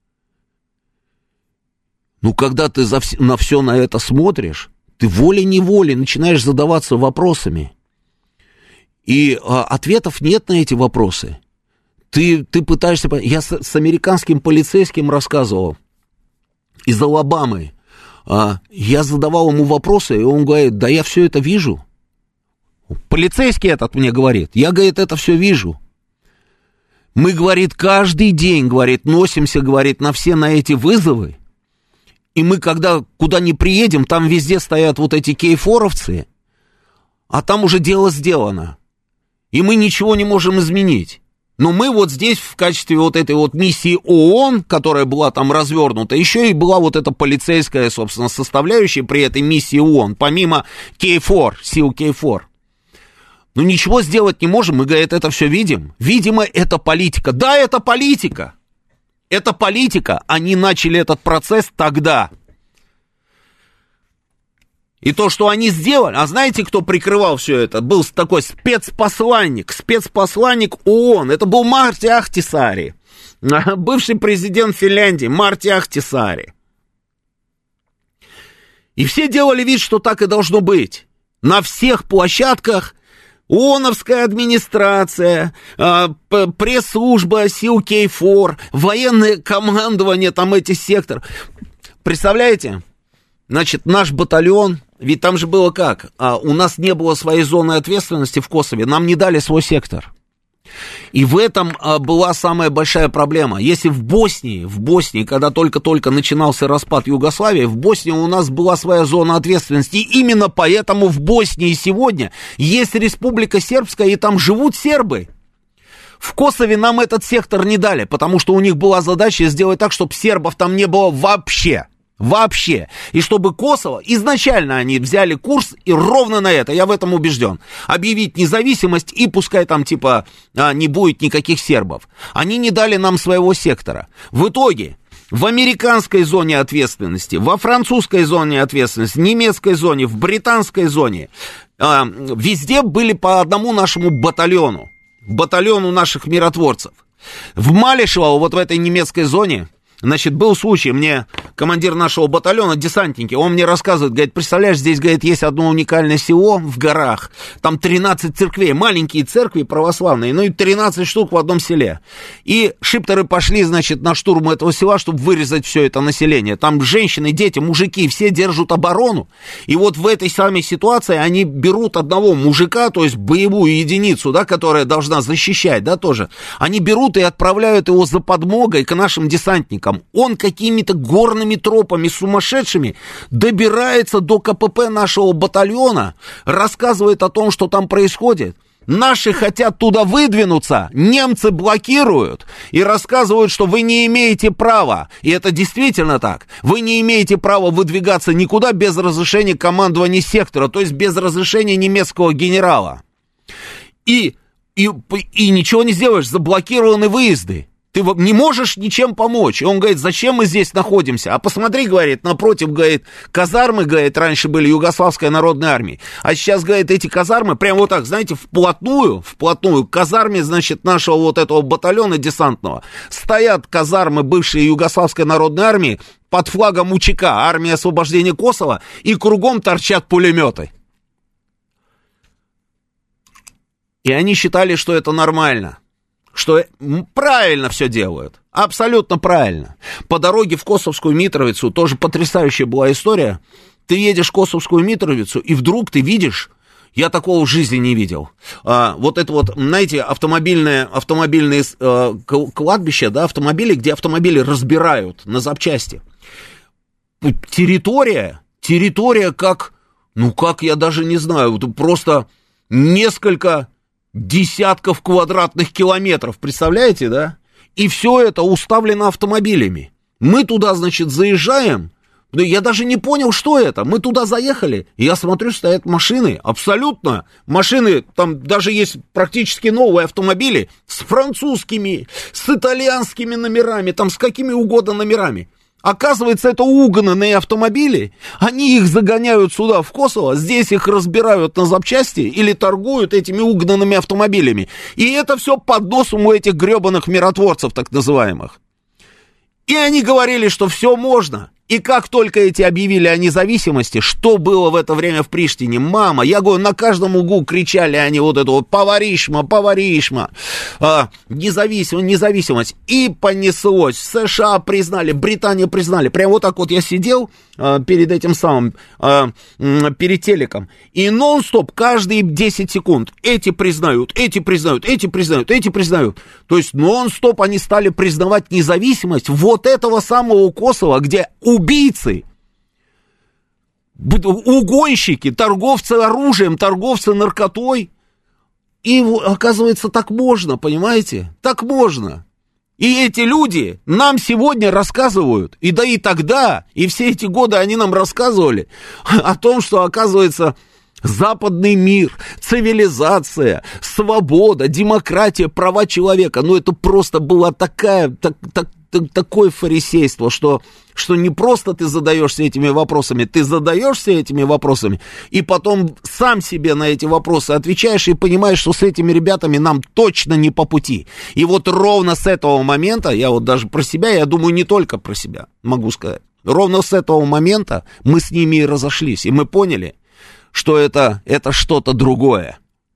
Ну, когда ты за вс- на все на это смотришь, ты волей-неволей начинаешь задаваться вопросами. И а, ответов нет на эти вопросы. Ты, ты пытаешься... Я с, с американским полицейским рассказывал из Алабамы. А, я задавал ему вопросы, и он говорит, да я все это вижу. Полицейский этот мне говорит, я, говорит, это все вижу. Мы, говорит, каждый день, говорит, носимся, говорит, на все на эти вызовы. И мы, когда куда ни приедем, там везде стоят вот эти кейфоровцы, а там уже дело сделано. И мы ничего не можем изменить. Но мы вот здесь в качестве вот этой вот миссии ООН, которая была там развернута, еще и была вот эта полицейская, собственно, составляющая при этой миссии ООН, помимо кей фор, сил кей фор. Но ничего сделать не можем, мы, говорит, это все видим. Видимо, это политика. Да, это политика. Это политика, они начали этот процесс тогда. И то, что они сделали, а знаете, кто прикрывал все это? Был такой спецпосланник, спецпосланник ООН, это был Марти Ахтисари. бывший президент Финляндии Марти Ахтисари. И все делали вид, что так и должно быть. На всех площадках ООНовская администрация, пресс-служба сил кей фор, военное командование, там эти секторы. Представляете? Значит, наш батальон, ведь там же было как? А, у нас не было своей зоны ответственности в Косове, нам не дали свой сектор. И в этом а, была самая большая проблема. Если в Боснии, в Боснии, когда только-только начинался распад Югославии, в Боснии у нас была своя зона ответственности. И именно поэтому в Боснии сегодня есть Республика Сербская, и там живут сербы. В Косове нам этот сектор не дали, потому что у них была задача сделать так, чтобы сербов там не было вообще. Вообще. И чтобы Косово, изначально они взяли курс, и ровно на это, я в этом убежден, объявить независимость, и пускай там типа а, не будет никаких сербов. Они не дали нам своего сектора. В итоге в американской зоне ответственности, во французской зоне ответственности, в немецкой зоне, в британской зоне, а, везде были по одному нашему батальону, батальону наших миротворцев. В Малишево, вот в этой немецкой зоне, значит, был случай, мне командир нашего батальона, десантники, он мне рассказывает, говорит, представляешь, здесь, говорит, есть одно уникальное село в горах, там тринадцать церквей, маленькие церкви православные, ну и тринадцать штук в одном селе. И шиптеры пошли, значит, на штурм этого села, чтобы вырезать все это население. Там женщины, дети, мужики, все держат оборону. И вот в этой самой ситуации они берут одного мужика, то есть боевую единицу, да, которая должна защищать, да, тоже. Они берут и отправляют его за подмогой к нашим десантникам. Он какими-то горными тропами сумасшедшими добирается до ка пэ пэ нашего батальона, рассказывает о том, что там происходит. Наши хотят туда выдвинуться, немцы блокируют и рассказывают, что вы не имеете права. И это действительно так. Вы не имеете права выдвигаться никуда без разрешения командования сектора, то есть без разрешения немецкого генерала. И, и, и ничего не сделаешь, заблокированы выезды. Ты не можешь ничем помочь. И он говорит, зачем мы здесь находимся? А посмотри, говорит, напротив, говорит, казармы, говорит, раньше были Югославской народной армии. А сейчас, говорит, эти казармы, прям вот так, знаете, вплотную, вплотную к казарме, значит, нашего вот этого батальона десантного, стоят казармы бывшей Югославской народной армии под флагом у че ка, армия освобождения Косово, и кругом торчат пулеметы. И они считали, что это нормально. Что правильно все делают, абсолютно правильно. По дороге в Косовскую Митровицу тоже потрясающая была история. Ты едешь в Косовскую Митровицу, и вдруг ты видишь, я такого в жизни не видел. А, вот это вот, знаете, автомобильные, автомобильные а, кладбища, да, автомобили, где автомобили разбирают на запчасти. Территория, территория как, ну как, я даже не знаю, просто несколько... десятков квадратных километров, представляете, да? И все это уставлено автомобилями. Мы туда, значит, заезжаем, я даже не понял, что это. Мы туда заехали, и я смотрю, стоят машины, абсолютно, машины, там даже есть практически новые автомобили с французскими, с итальянскими номерами, там с какими угодно номерами. Оказывается, это угнанные автомобили, они их загоняют сюда, в Косово, здесь их разбирают на запчасти или торгуют этими угнанными автомобилями. И это все под носом у этих гребаных миротворцев, так называемых. И они говорили, что все можно. И как только эти объявили о независимости, что было в это время в Приштине? Мама, я говорю, на каждом углу кричали они вот это вот «Поваришма, поваришма», а, независимость, независимость. И понеслось. США признали, Британия признали. Прям вот так вот я сидел а, перед этим самым, а, перед телеком. И нон-стоп, каждые десять секунд эти признают, эти признают, эти признают, эти признают. То есть нон-стоп они стали признавать независимость вот этого самого Косово, где убийцы, угонщики, торговцы оружием, торговцы наркотой. И оказывается, так можно, понимаете? Так можно. И эти люди нам сегодня рассказывают, и да и тогда, и все эти годы они нам рассказывали о том, что, оказывается, Западный мир, цивилизация, свобода, демократия, права человека. Ну, это просто была такая, так, так, так, такое фарисейство, что, что не просто ты задаешься этими вопросами, ты задаешься этими вопросами, и потом сам себе на эти вопросы отвечаешь и понимаешь, что с этими ребятами нам точно не по пути. И вот ровно с этого момента, я вот даже про себя, я думаю, не только про себя, могу сказать, ровно с этого момента мы с ними и разошлись, и мы поняли, что это, это что-то другое.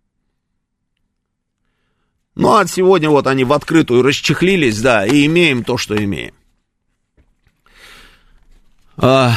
Ну, а сегодня вот они в открытую расчехлились, да, и имеем то, что имеем. А...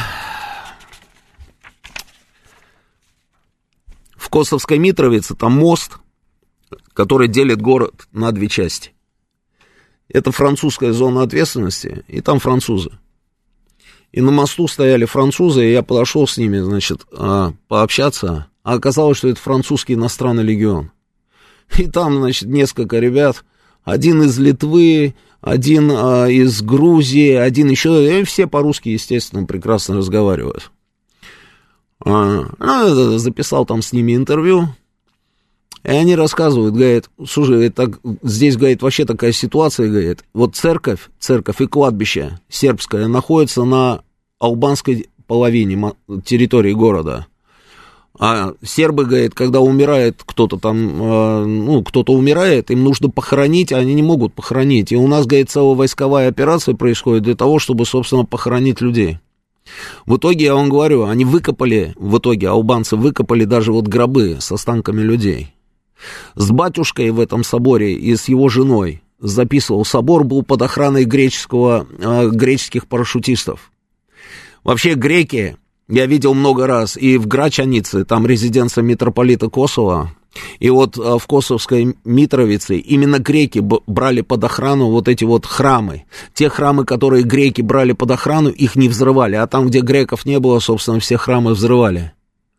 В Косовской Митровице там мост, который делит город на две части. Это французская зона ответственности, и там французы. И на мосту стояли французы, и я подошел с ними, значит, пообщаться, а оказалось, что это французский иностранный легион. И там, значит, несколько ребят, один из Литвы, один а, из Грузии, один еще, и все по-русски, естественно, прекрасно разговаривают. А, ну, записал там с ними интервью, и они рассказывают, говорят, слушай, это, здесь, говорит, вообще такая ситуация, говорит, вот церковь, церковь и кладбище сербское находится на албанской половине территории города. А сербы, говорит, когда умирает кто-то там, э, ну, кто-то умирает, им нужно похоронить, а они не могут похоронить. И у нас, говорит, целая войсковая операция происходит для того, чтобы, собственно, похоронить людей. В итоге, я вам говорю, они выкопали, в итоге албанцы выкопали даже вот гробы с останками людей. С батюшкой в этом соборе и с его женой записывал. Собор был под охраной греческого, э, греческих парашютистов. Вообще греки... Я видел много раз и в Грачанице, там резиденция митрополита Косова, и вот в Косовской Митровице именно греки брали под охрану вот эти вот храмы. Те храмы, которые греки брали под охрану, их не взрывали, а там, где греков не было, собственно, все храмы взрывали.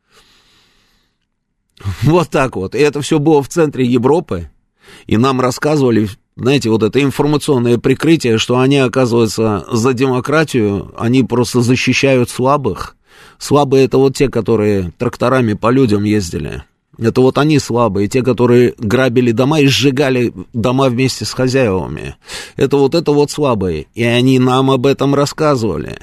Вот так вот. И это все было в центре Европы, и нам рассказывали... Знаете, вот это информационное прикрытие, что они, оказывается, за демократию, они просто защищают слабых. Слабые — это вот те, которые тракторами по людям ездили. Это вот они слабые, те, которые грабили дома и сжигали дома вместе с хозяевами. Это вот это вот слабые. И они нам об этом рассказывали.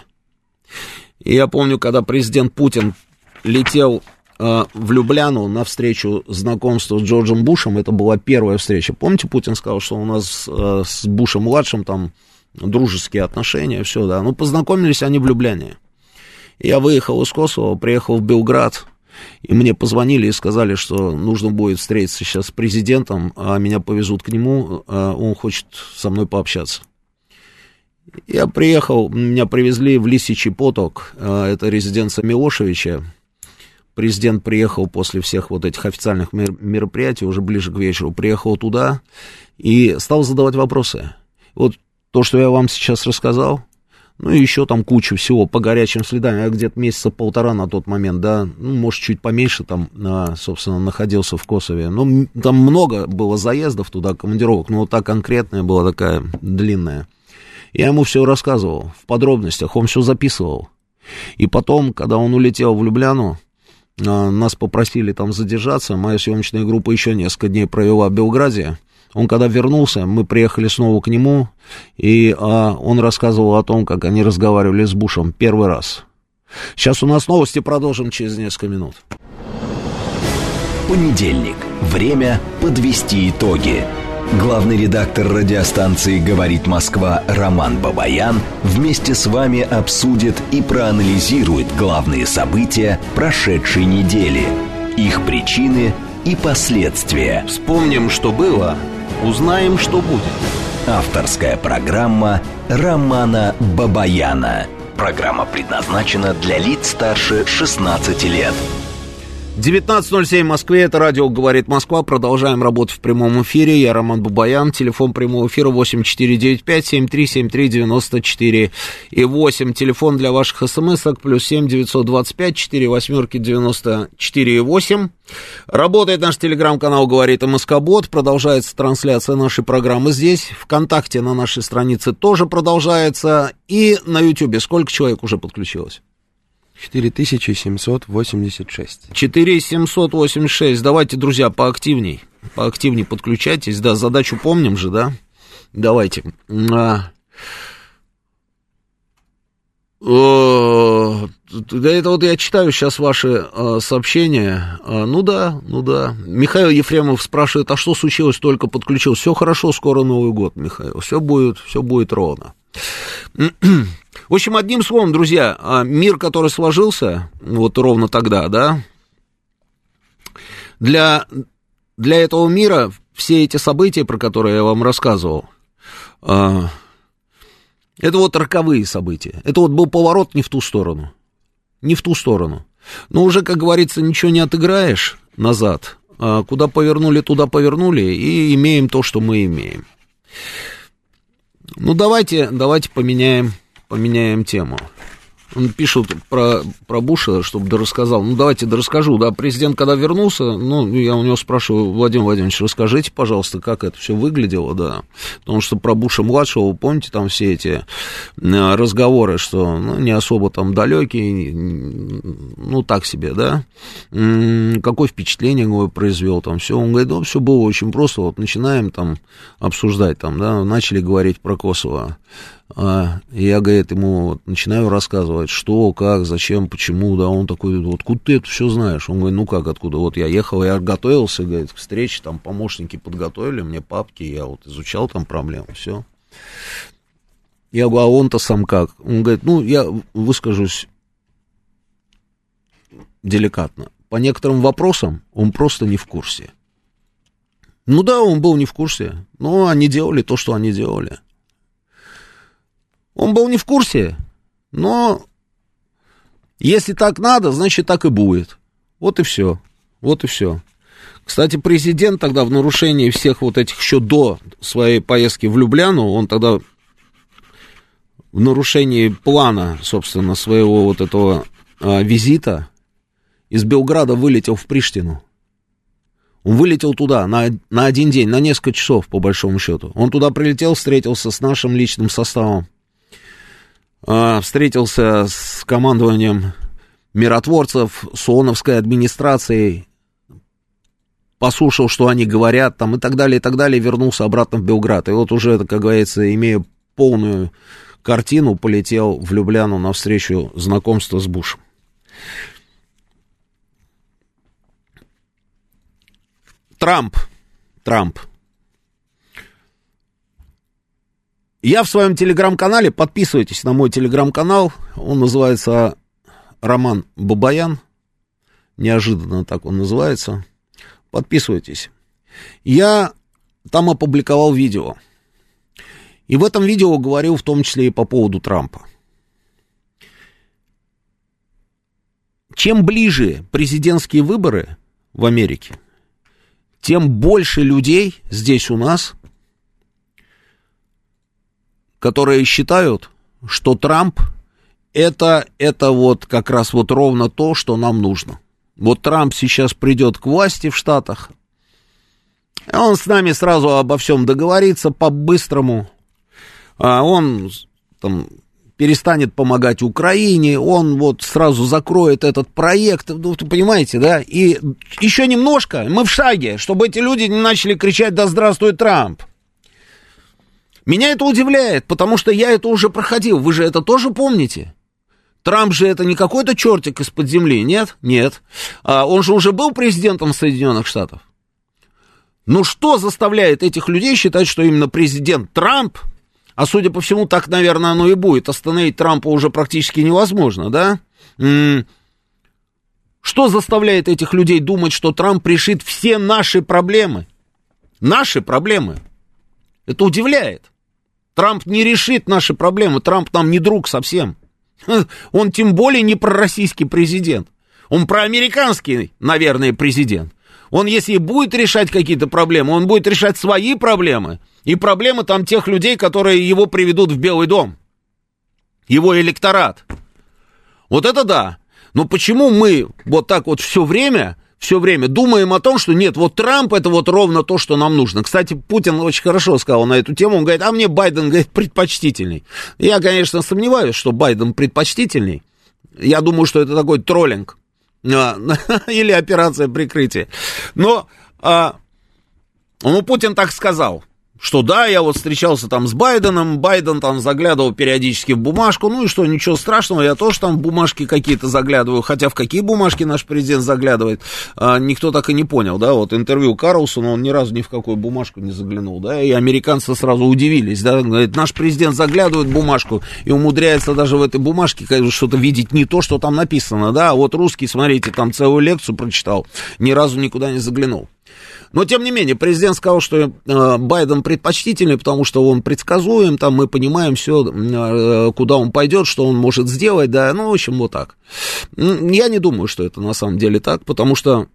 И я помню, когда президент Путин летел э, в Любляну на встречу знакомства с Джорджем Бушем, это была первая встреча. Помните, Путин сказал, что у нас э, с Бушем-младшим там дружеские отношения, все, да. Ну, познакомились они в Любляне. Я выехал из Косово, приехал в Белград, и мне позвонили и сказали, что нужно будет встретиться сейчас с президентом, а меня повезут к нему, он хочет со мной пообщаться. Я приехал, меня привезли в Лисичий поток, это резиденция Милошевича. Президент приехал после всех вот этих официальных мероприятий, уже ближе к вечеру, приехал туда и стал задавать вопросы. Вот то, что я вам сейчас рассказал, ну и еще там куча всего по горячим следам. Я где-то месяца полтора на тот момент, да, ну, может, чуть поменьше там, собственно, находился в Косове. Ну, там много было заездов туда, командировок, но вот та конкретная была такая длинная. Я ему все рассказывал в подробностях, он все записывал. И потом, когда он улетел в Любляну, нас попросили там задержаться, моя съемочная группа еще несколько дней провела в Белграде. Он когда вернулся, мы приехали снова к нему, и а, он рассказывал о том, как они разговаривали с Бушем первый раз. Сейчас у нас новости, продолжим через несколько минут. Понедельник. Время подвести итоги. Главный редактор радиостанции «Говорит Москва» Роман Бабаян вместе с вами обсудит и проанализирует главные события прошедшей недели, их причины и последствия. Вспомним, что было, узнаем, что будет. Авторская программа Романа Бабаяна. Программа предназначена для лиц старше шестнадцати лет. девятнадцать ноль семь в Москве, это радио «Говорит Москва». Продолжаем работу в прямом эфире. Я Роман Бабаян. Телефон прямого эфира восемь четыре девять пять семь три семь три девяносто четыре и восемь. Телефон для ваших смс-ок плюс семь девятьсот двадцать пять четыре восьмерки девяносто четыре и восемь. Работает наш телеграм-канал «Говорит МСК-бот». Продолжается трансляция нашей программы здесь. ВКонтакте на нашей странице тоже продолжается. И на Ютьюбе. Сколько человек уже подключилось? четыре тысячи семьсот восемьдесят шесть. четыре тысячи семьсот восемьдесят шесть. Давайте, друзья, поактивней. Поактивней подключайтесь. Да, задачу помним же, да? Давайте. А... Да это вот я читаю сейчас ваши а, сообщения. А, ну да, ну да. Михаил Ефремов спрашивает, а что случилось, только подключил? Все хорошо, скоро Новый год, Михаил. Все будет, все будет ровно. В общем, одним словом, друзья, мир, который сложился вот ровно тогда, да, для, для этого мира все эти события, про которые я вам рассказывал, это вот роковые события. Это вот был поворот не в ту сторону. Не в ту сторону. Но уже, как говорится, ничего не отыграешь назад. Куда повернули, туда повернули, и имеем то, что мы имеем. Ну, давайте, давайте поменяем, поменяем тему. Он пишет про, про Буша, чтобы дорассказал. Ну, давайте дорасскажу. Да, президент, когда вернулся, ну, я у него спрашиваю, Владимир Владимирович, расскажите, пожалуйста, как это все выглядело, да. Потому что про Буша-младшего, помните, там все эти разговоры, что, ну, не особо там далекий, ну, так себе, да. Какое впечатление его произвел, там все. Он говорит, ну, все было очень просто, вот начинаем там обсуждать, там, да, начали говорить про Косово. А, я, говорит, ему вот, начинаю рассказывать, что, как, зачем, почему, да, он такой, вот, откуда ты это все знаешь? Он говорит, ну как, откуда? Вот я ехал, я готовился, говорит, к встрече, там помощники подготовили мне папки, я вот изучал там проблему, все. Я говорю, а он-то сам как? Он говорит, ну, я выскажусь деликатно. По некоторым вопросам он просто не в курсе. Ну да, он был не в курсе, но они делали то, что они делали. Он был не в курсе, но если так надо, значит, так и будет. Вот и все. Вот и все. Кстати, президент тогда в нарушении всех вот этих еще до своей поездки в Любляну, он тогда в нарушении плана, собственно, своего вот этого а, визита из Белграда вылетел в Приштину. Он вылетел туда на, на один день, на несколько часов, по большому счету. Он туда прилетел, встретился с нашим личным составом. Встретился с командованием миротворцев, с ООНовской администрацией, послушал, что они говорят, там, и так далее, и так далее, и вернулся обратно в Белград. И вот уже, как говорится, имея полную картину, полетел в Любляну навстречу знакомства с Бушем. Трамп. Трамп. Я в своем телеграм-канале, подписывайтесь на мой телеграм-канал, он называется Роман Бабаян, неожиданно так он называется, подписывайтесь. Я там опубликовал видео, и в этом видео говорил в том числе и по поводу Трампа. Чем ближе президентские выборы в Америке, тем больше людей здесь у нас, которые считают, что Трамп это, это вот как раз вот ровно то, что нам нужно. Вот Трамп сейчас придет к власти в Штатах, он с нами сразу обо всем договорится по-быстрому, он там перестанет помогать Украине, он вот сразу закроет этот проект, ну, вы понимаете, да, и еще немножко, мы в шаге, чтобы эти люди не начали кричать «Да здравствует Трамп!». Меня это удивляет, потому что я это уже проходил. Вы же это тоже помните? Трамп же это не какой-то чертик из-под земли, нет? Нет. А он же уже был президентом Соединенных Штатов. Ну что заставляет этих людей считать, что именно президент Трамп, а судя по всему, так, наверное, оно и будет, остановить Трампа уже практически невозможно, да? М-м- что заставляет этих людей думать, что Трамп решит все наши проблемы? Наши проблемы. Это удивляет. Трамп не решит наши проблемы, Трамп нам не друг совсем. Он тем более не пророссийский президент. Он проамериканский, наверное, президент. Он, если будет решать какие-то проблемы, он будет решать свои проблемы. И проблемы там тех людей, которые его приведут в Белый дом. Его электорат. Вот это да. Но почему мы вот так вот все время... все время думаем о том, что нет, вот Трамп это вот ровно то, что нам нужно. Кстати, Путин очень хорошо сказал на эту тему, он говорит, а мне Байден, говорит, предпочтительней. Я, конечно, сомневаюсь, что Байден предпочтительней, Я думаю, что это такой троллинг или операция прикрытия. Но ну, Путин так сказал, что да, я вот встречался там с Байденом, Байден там заглядывал периодически в бумажку, ну и что, ничего страшного, я тоже там в бумажки какие-то заглядываю, хотя в какие бумажки наш президент заглядывает, а, никто так и не понял, да, вот интервью Карлсона, он ни разу ни в какую бумажку не заглянул, да, и американцы сразу удивились, да, говорит, наш президент заглядывает в бумажку и умудряется даже в этой бумажке что-то видеть не то, что там написано, да, а вот русский, смотрите, там целую лекцию прочитал, ни разу никуда не заглянул. Но, тем не менее, президент сказал, что э, Байден предпочтительный, потому что он предсказуем, там мы понимаем все, э, куда он пойдет, что он может сделать, да, ну, в общем, вот так. Я не думаю, что это на самом деле так, потому что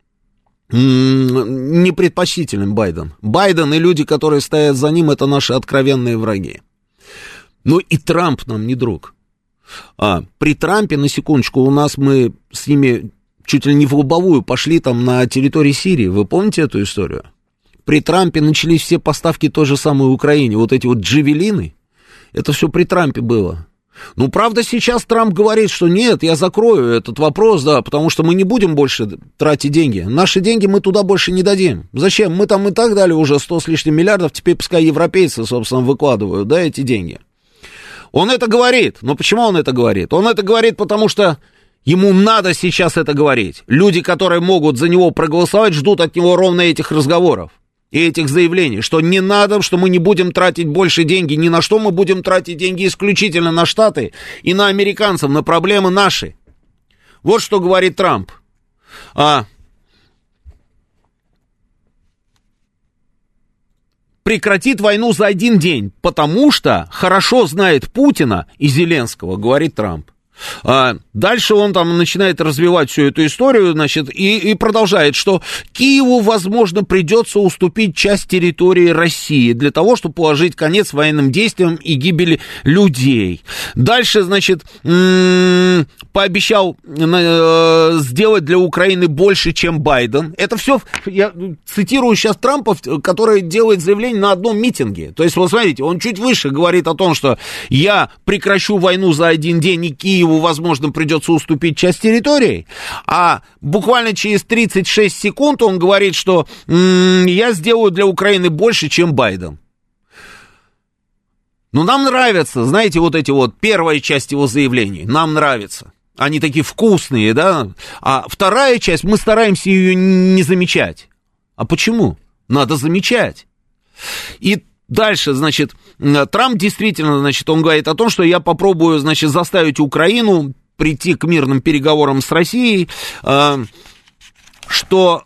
м- не предпочтителен Байден. Байден и люди, которые стоят за ним, это наши откровенные враги. Ну, и Трамп нам не друг. А, при Трампе, на секундочку, у нас мы с ними... чуть ли не в лобовую пошли там на территории Сирии. Вы помните эту историю? При Трампе начались все поставки той же самой Украине. Вот эти вот джавелины, это все при Трампе было. Ну, правда, сейчас Трамп говорит, что нет, я закрою этот вопрос, да, потому что мы не будем больше тратить деньги. Наши деньги мы туда больше не дадим. Зачем? Мы там и так дали уже сто с лишним миллиардов, теперь пускай европейцы, собственно, выкладывают, да, эти деньги. Он это говорит. Но почему он это говорит? Он это говорит, потому что ему надо сейчас это говорить. Люди, которые могут за него проголосовать, ждут от него ровно этих разговоров и этих заявлений, что не надо, что мы не будем тратить больше деньги, ни на что мы будем тратить деньги исключительно на Штаты и на американцев, на проблемы наши. Вот что говорит Трамп. А, прекратит войну за один день, потому что хорошо знает Путина и Зеленского, говорит Трамп. А дальше он там начинает развивать всю эту историю, значит, и, и продолжает, что Киеву, возможно, придется уступить часть территории России для того, чтобы положить конец военным действиям и гибели людей. Дальше, значит, м-м, пообещал э, сделать для Украины больше, чем Байден. Это все, я цитирую сейчас Трампа, который делает заявление на одном митинге. То есть, вот смотрите, он чуть выше говорит о том, что я прекращу войну за один день, и Киеву, возможно, придется уступить часть территории, а буквально через тридцать шесть секунд он говорит, что м-м, я сделаю для Украины больше, чем Байден. Ну, нам нравятся, знаете, вот эти вот первая часть его заявлений, нам нравится. Они такие вкусные, да, а вторая часть, мы стараемся ее не замечать. А почему? Надо замечать. И дальше, значит, Трамп действительно, значит, он говорит о том, что я попробую, значит, заставить Украину прийти к мирным переговорам с Россией, э, что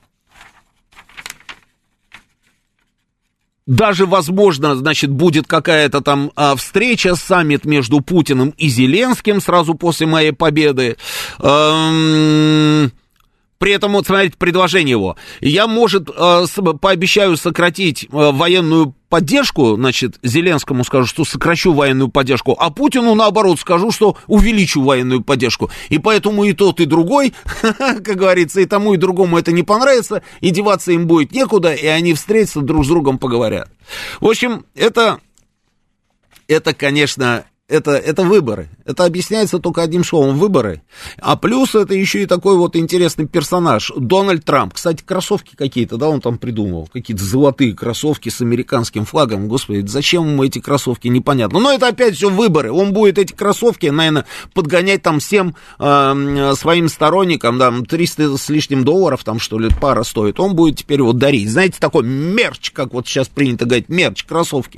даже, возможно, значит, будет какая-то там э, встреча, саммит между Путиным и Зеленским сразу после моей победы. Э, При этом, вот, смотрите, предложение его. Я, может, э, с, пообещаю сократить э, военную поддержку, значит, Зеленскому скажу, что сокращу военную поддержку, а Путину, наоборот, скажу, что увеличу военную поддержку. И поэтому и тот, и другой, как говорится, и тому, и другому это не понравится, и деваться им будет некуда, и они встретятся, друг с другом поговорят. В общем, это, это, конечно... Это, это выборы. Это объясняется только одним словом — выборы. А плюс это еще и такой вот интересный персонаж — Дональд Трамп. Кстати, кроссовки какие-то, да, он там придумал. Какие-то золотые кроссовки с американским флагом. Господи, зачем ему эти кроссовки, непонятно. Но это опять все выборы. Он будет эти кроссовки, наверное, подгонять там всем э, своим сторонникам. Да, триста с лишним долларов там, что ли, пара стоит. Он будет теперь вот дарить. Знаете, такой мерч, как вот сейчас принято говорить, мерч, кроссовки.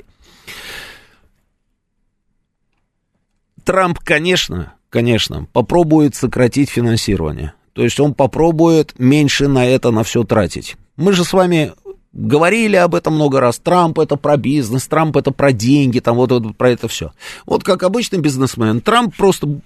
Трамп, конечно, конечно, попробует сократить финансирование. То есть он попробует меньше на это, на все тратить. Мы же с вами говорили об этом много раз. Трамп — это про бизнес, Трамп — это про деньги, там вот, вот про это все. Вот как обычный бизнесмен, Трамп просто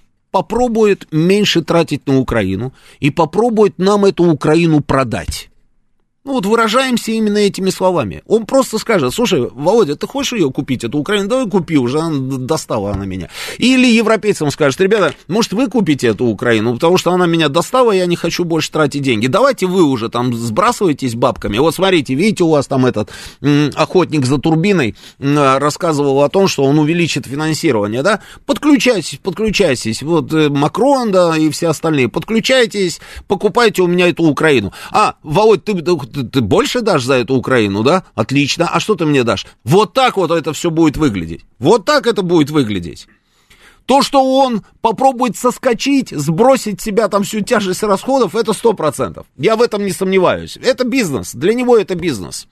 попробует меньше тратить на Украину и попробует нам эту Украину продать. Ну вот выражаемся именно этими словами. Он просто скажет: слушай, Володя, ты хочешь ее купить, эту Украину? Давай купи, уже она, достала она меня. Или европейцам скажет: ребята, может вы купите эту Украину, потому что она меня достала, я не хочу больше тратить деньги. Давайте вы уже там сбрасываетесь бабками. Вот смотрите, видите, у вас там этот м, охотник за турбиной м, рассказывал о том, что он увеличит финансирование, да? Подключайтесь, подключайтесь. Вот э, Макрон, да, и все остальные. Подключайтесь, покупайте у меня эту Украину. А, Володь, ты... Ты, ты больше дашь за эту Украину, да? Отлично. А что ты мне дашь? Вот так вот это все будет выглядеть. Вот так это будет выглядеть. То, что он попробует соскочить, сбросить с себя там всю тяжесть расходов, это сто процентов. Я в этом не сомневаюсь. Это бизнес. Для него это бизнес.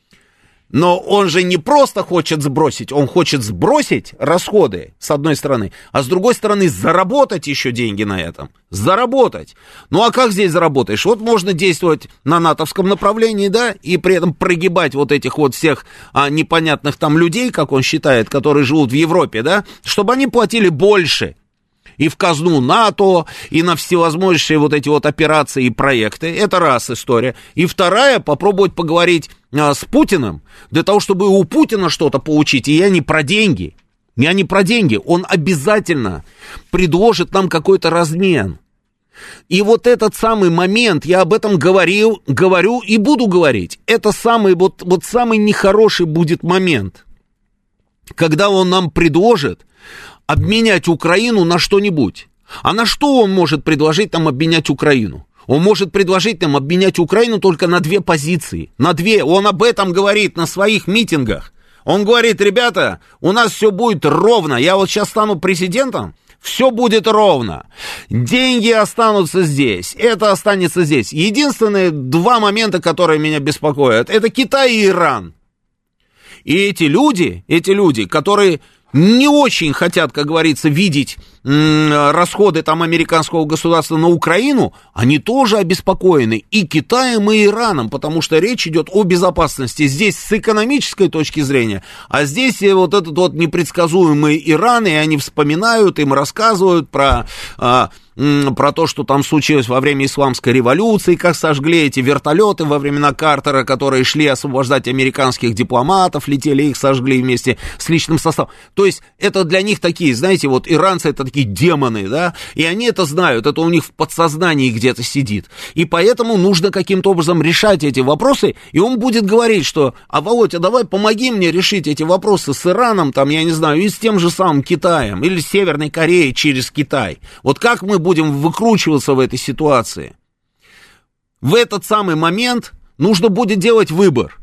Но он же не просто хочет сбросить, он хочет сбросить расходы, с одной стороны, а с другой стороны заработать еще деньги на этом. Заработать. Ну а как здесь заработаешь? Вот можно действовать на натовском направлении, да, и при этом прогибать вот этих вот всех а, непонятных там людей, как он считает, которые живут в Европе, да, чтобы они платили больше. И в казну НАТО, и на всевозможные вот эти вот операции и проекты. Это раз история. И вторая, попробовать поговорить а, с Путиным, для того, чтобы у Путина что-то получить. И я не про деньги. Я не про деньги. Он обязательно предложит нам какой-то размен. И вот этот самый момент, я об этом говорил, говорю и буду говорить. Это самый, вот, вот самый нехороший будет момент, когда он нам предложит обменять Украину на что-нибудь. А на что он может предложить нам обменять Украину? Он может предложить нам обменять Украину только на две позиции. На две. Он об этом говорит на своих митингах. Он говорит: ребята, у нас все будет ровно. Я вот сейчас стану президентом, все будет ровно. Деньги останутся здесь. Это останется здесь. Единственные два момента, которые меня беспокоят, это Китай и Иран. И эти люди, эти люди, которые не очень хотят, как говорится, видеть м- расходы там американского государства на Украину, они тоже обеспокоены и Китаем, и Ираном, потому что речь идет о безопасности здесь с экономической точки зрения, а здесь вот этот вот непредсказуемый Иран, и они вспоминают, им рассказывают про... А, про то, что там случилось во время исламской революции, как сожгли эти вертолеты во времена Картера, которые шли освобождать американских дипломатов, летели, их сожгли вместе с личным составом. То есть это для них такие, знаете, вот иранцы это такие демоны, да, и они это знают, это у них в подсознании где-то сидит. И поэтому нужно каким-то образом решать эти вопросы, и он будет говорить, что: а, Володя, давай помоги мне решить эти вопросы с Ираном, там, я не знаю, и с тем же самым Китаем, или с Северной Кореей через Китай. Вот как мы будем выкручиваться в этой ситуации? В этот самый момент нужно будет делать выбор.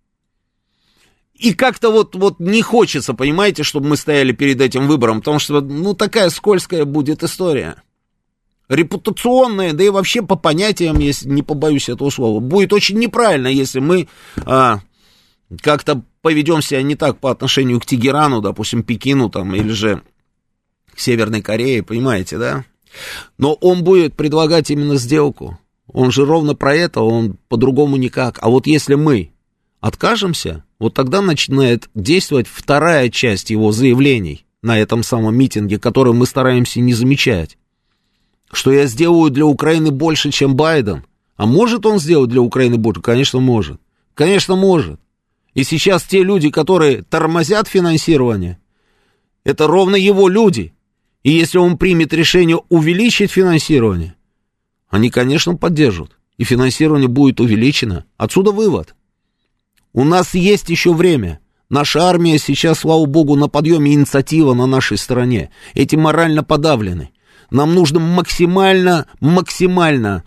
И как-то вот, вот не хочется, понимаете, чтобы мы стояли перед этим выбором, потому что, ну, такая скользкая будет история. Репутационная, да и вообще по понятиям, если не побоюсь этого слова, будет очень неправильно, если мы а, как-то поведем себя не так по отношению к Тегерану, допустим, Пекину там, или же к Северной Корее, понимаете, да? Но он будет предлагать именно сделку. Он же ровно про это, он по-другому никак. А вот если мы откажемся, вот тогда начинает действовать вторая часть его заявлений на этом самом митинге, который мы стараемся не замечать. Что я сделаю для Украины больше, чем Байден. А может он сделать для Украины больше? Конечно, может. Конечно, может. И сейчас те люди, которые тормозят финансирование, это ровно его люди. И если он примет решение увеличить финансирование, они, конечно, поддержат. И финансирование будет увеличено. Отсюда вывод. У нас есть еще время. Наша армия сейчас, слава богу, на подъеме, инициатива на нашей стороне. Эти морально подавлены. Нам нужно максимально, максимально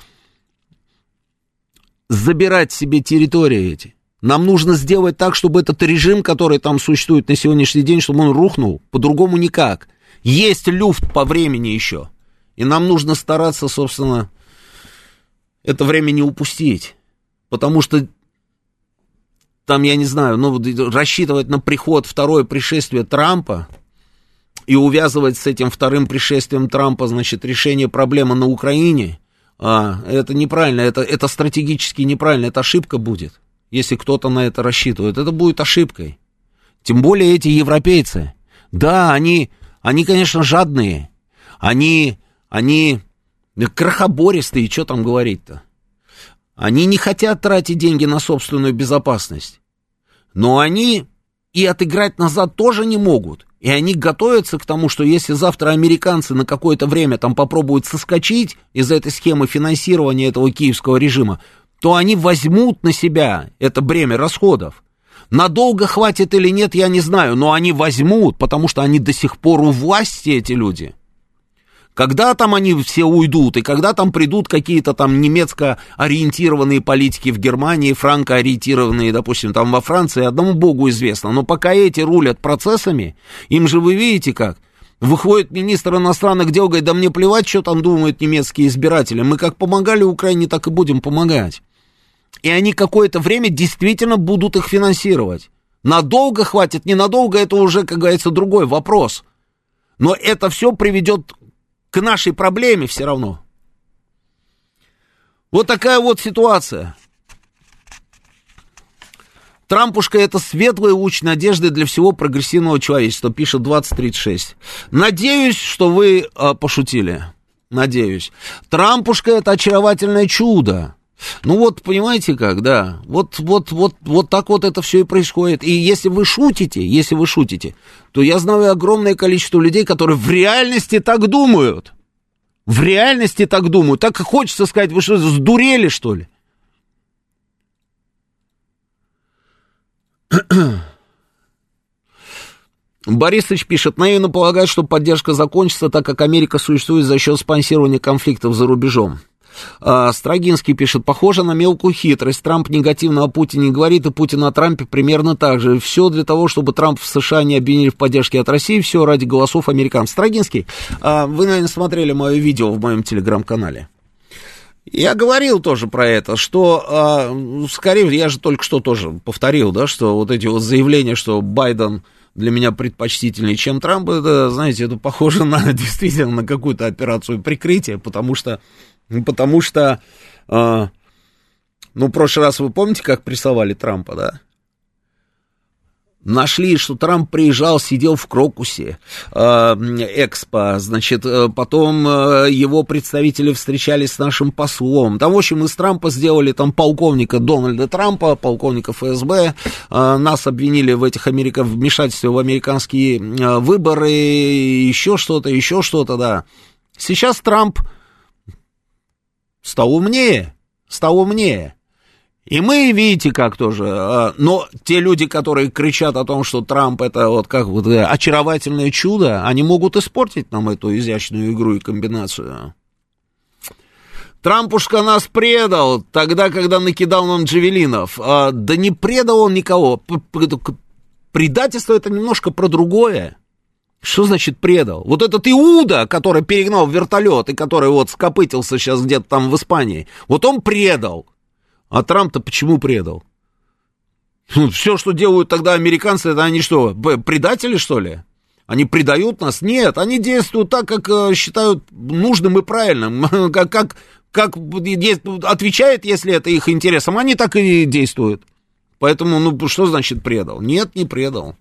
забирать себе территории эти. Нам нужно сделать так, чтобы этот режим, который там существует на сегодняшний день, чтобы он рухнул. По-другому никак. Есть люфт по времени еще. И нам нужно стараться, собственно, это время не упустить. Потому что там, я не знаю, ну, рассчитывать на приход, второе пришествие Трампа и увязывать с этим вторым пришествием Трампа, значит, решение проблемы на Украине, а, это неправильно, это, это стратегически неправильно, это ошибка будет, если кто-то на это рассчитывает. Это будет ошибкой. Тем более эти европейцы. Да, они... Они, конечно, жадные, они, они крохобористые, что там говорить-то? Они не хотят тратить деньги на собственную безопасность. Но они и отыграть назад тоже не могут. И они готовятся к тому, что если завтра американцы на какое-то время там попробуют соскочить из этой схемы финансирования этого киевского режима, то они возьмут на себя это бремя расходов. Надолго хватит или нет, я не знаю, но они возьмут, потому что они до сих пор у власти, эти люди. Когда там они все уйдут, и когда там придут какие-то там немецко-ориентированные политики в Германии, франко-ориентированные, допустим, там во Франции, одному богу известно. Но пока эти рулят процессами, им же вы видите как. Выходит министр иностранных дел, говорит, да мне плевать, что там думают немецкие избиратели. Мы как помогали Украине, так и будем помогать. И они какое-то время действительно будут их финансировать. Надолго хватит, ненадолго, это уже, как говорится, другой вопрос. Но это все приведет к нашей проблеме все равно. Вот такая вот ситуация. Трампушка — это светлый луч надежды для всего прогрессивного человечества, пишет двадцать тридцать шесть. Надеюсь, что вы а, пошутили. Надеюсь. Трампушка — это очаровательное чудо. Ну вот, понимаете как, да, вот, вот, вот, вот так вот это все и происходит. И если вы шутите, если вы шутите, то я знаю огромное количество людей, которые в реальности так думают. В реальности так думают. Так и хочется сказать, вы что, сдурели, что ли? Борисович пишет, наивно полагать, что поддержка закончится, так как Америка существует за счет спонсирования конфликтов за рубежом. Строгинский пишет, похоже на мелкую хитрость. Трамп негативно о Путине говорит, и Путин о Трампе примерно так же. Все для того, чтобы Трамп в США не обвинили в поддержке от России, все ради голосов американцев. Строгинский, вы, наверное, смотрели мое видео в моем телеграм-канале. Я говорил тоже про это, что, скорее, я же только что тоже повторил, да, что вот эти вот заявления, что Байден для меня предпочтительнее, чем Трамп, это, знаете, это похоже на действительно на какую-то операцию прикрытия, потому что Потому что, э, ну, в прошлый раз вы помните, как прессовали Трампа, да? Нашли, что Трамп приезжал, сидел в Крокусе, э, Экспо, значит, потом э, его представители встречались с нашим послом. Там, в общем, из Трампа сделали там полковника Дональда Трампа, полковника эф эс бэ. Э, нас обвинили в этих америка... вмешательстве в американские э, выборы, еще что-то, еще что-то, да. Сейчас Трамп стал умнее, стал умнее. И мы, видите, как тоже, но те люди, которые кричат о том, что Трамп это вот как вот очаровательное чудо, они могут испортить нам эту изящную игру и комбинацию. Трампушка нас предал тогда, когда накидал нам джавелинов. Да не предал он никого. Предательство это немножко про другое. Что значит предал? Вот этот Иуда, который перегнал вертолет и который вот скопытился сейчас где-то там в Испании, вот он предал. А Трамп-то почему предал? Ну, все, что делают тогда американцы, это они что, предатели, что ли? Они предают нас? Нет, они действуют так, как считают нужным и правильным. Как, как, как отвечает, если это их интересам, они так и действуют. Поэтому, ну, что значит предал? Нет, не предал.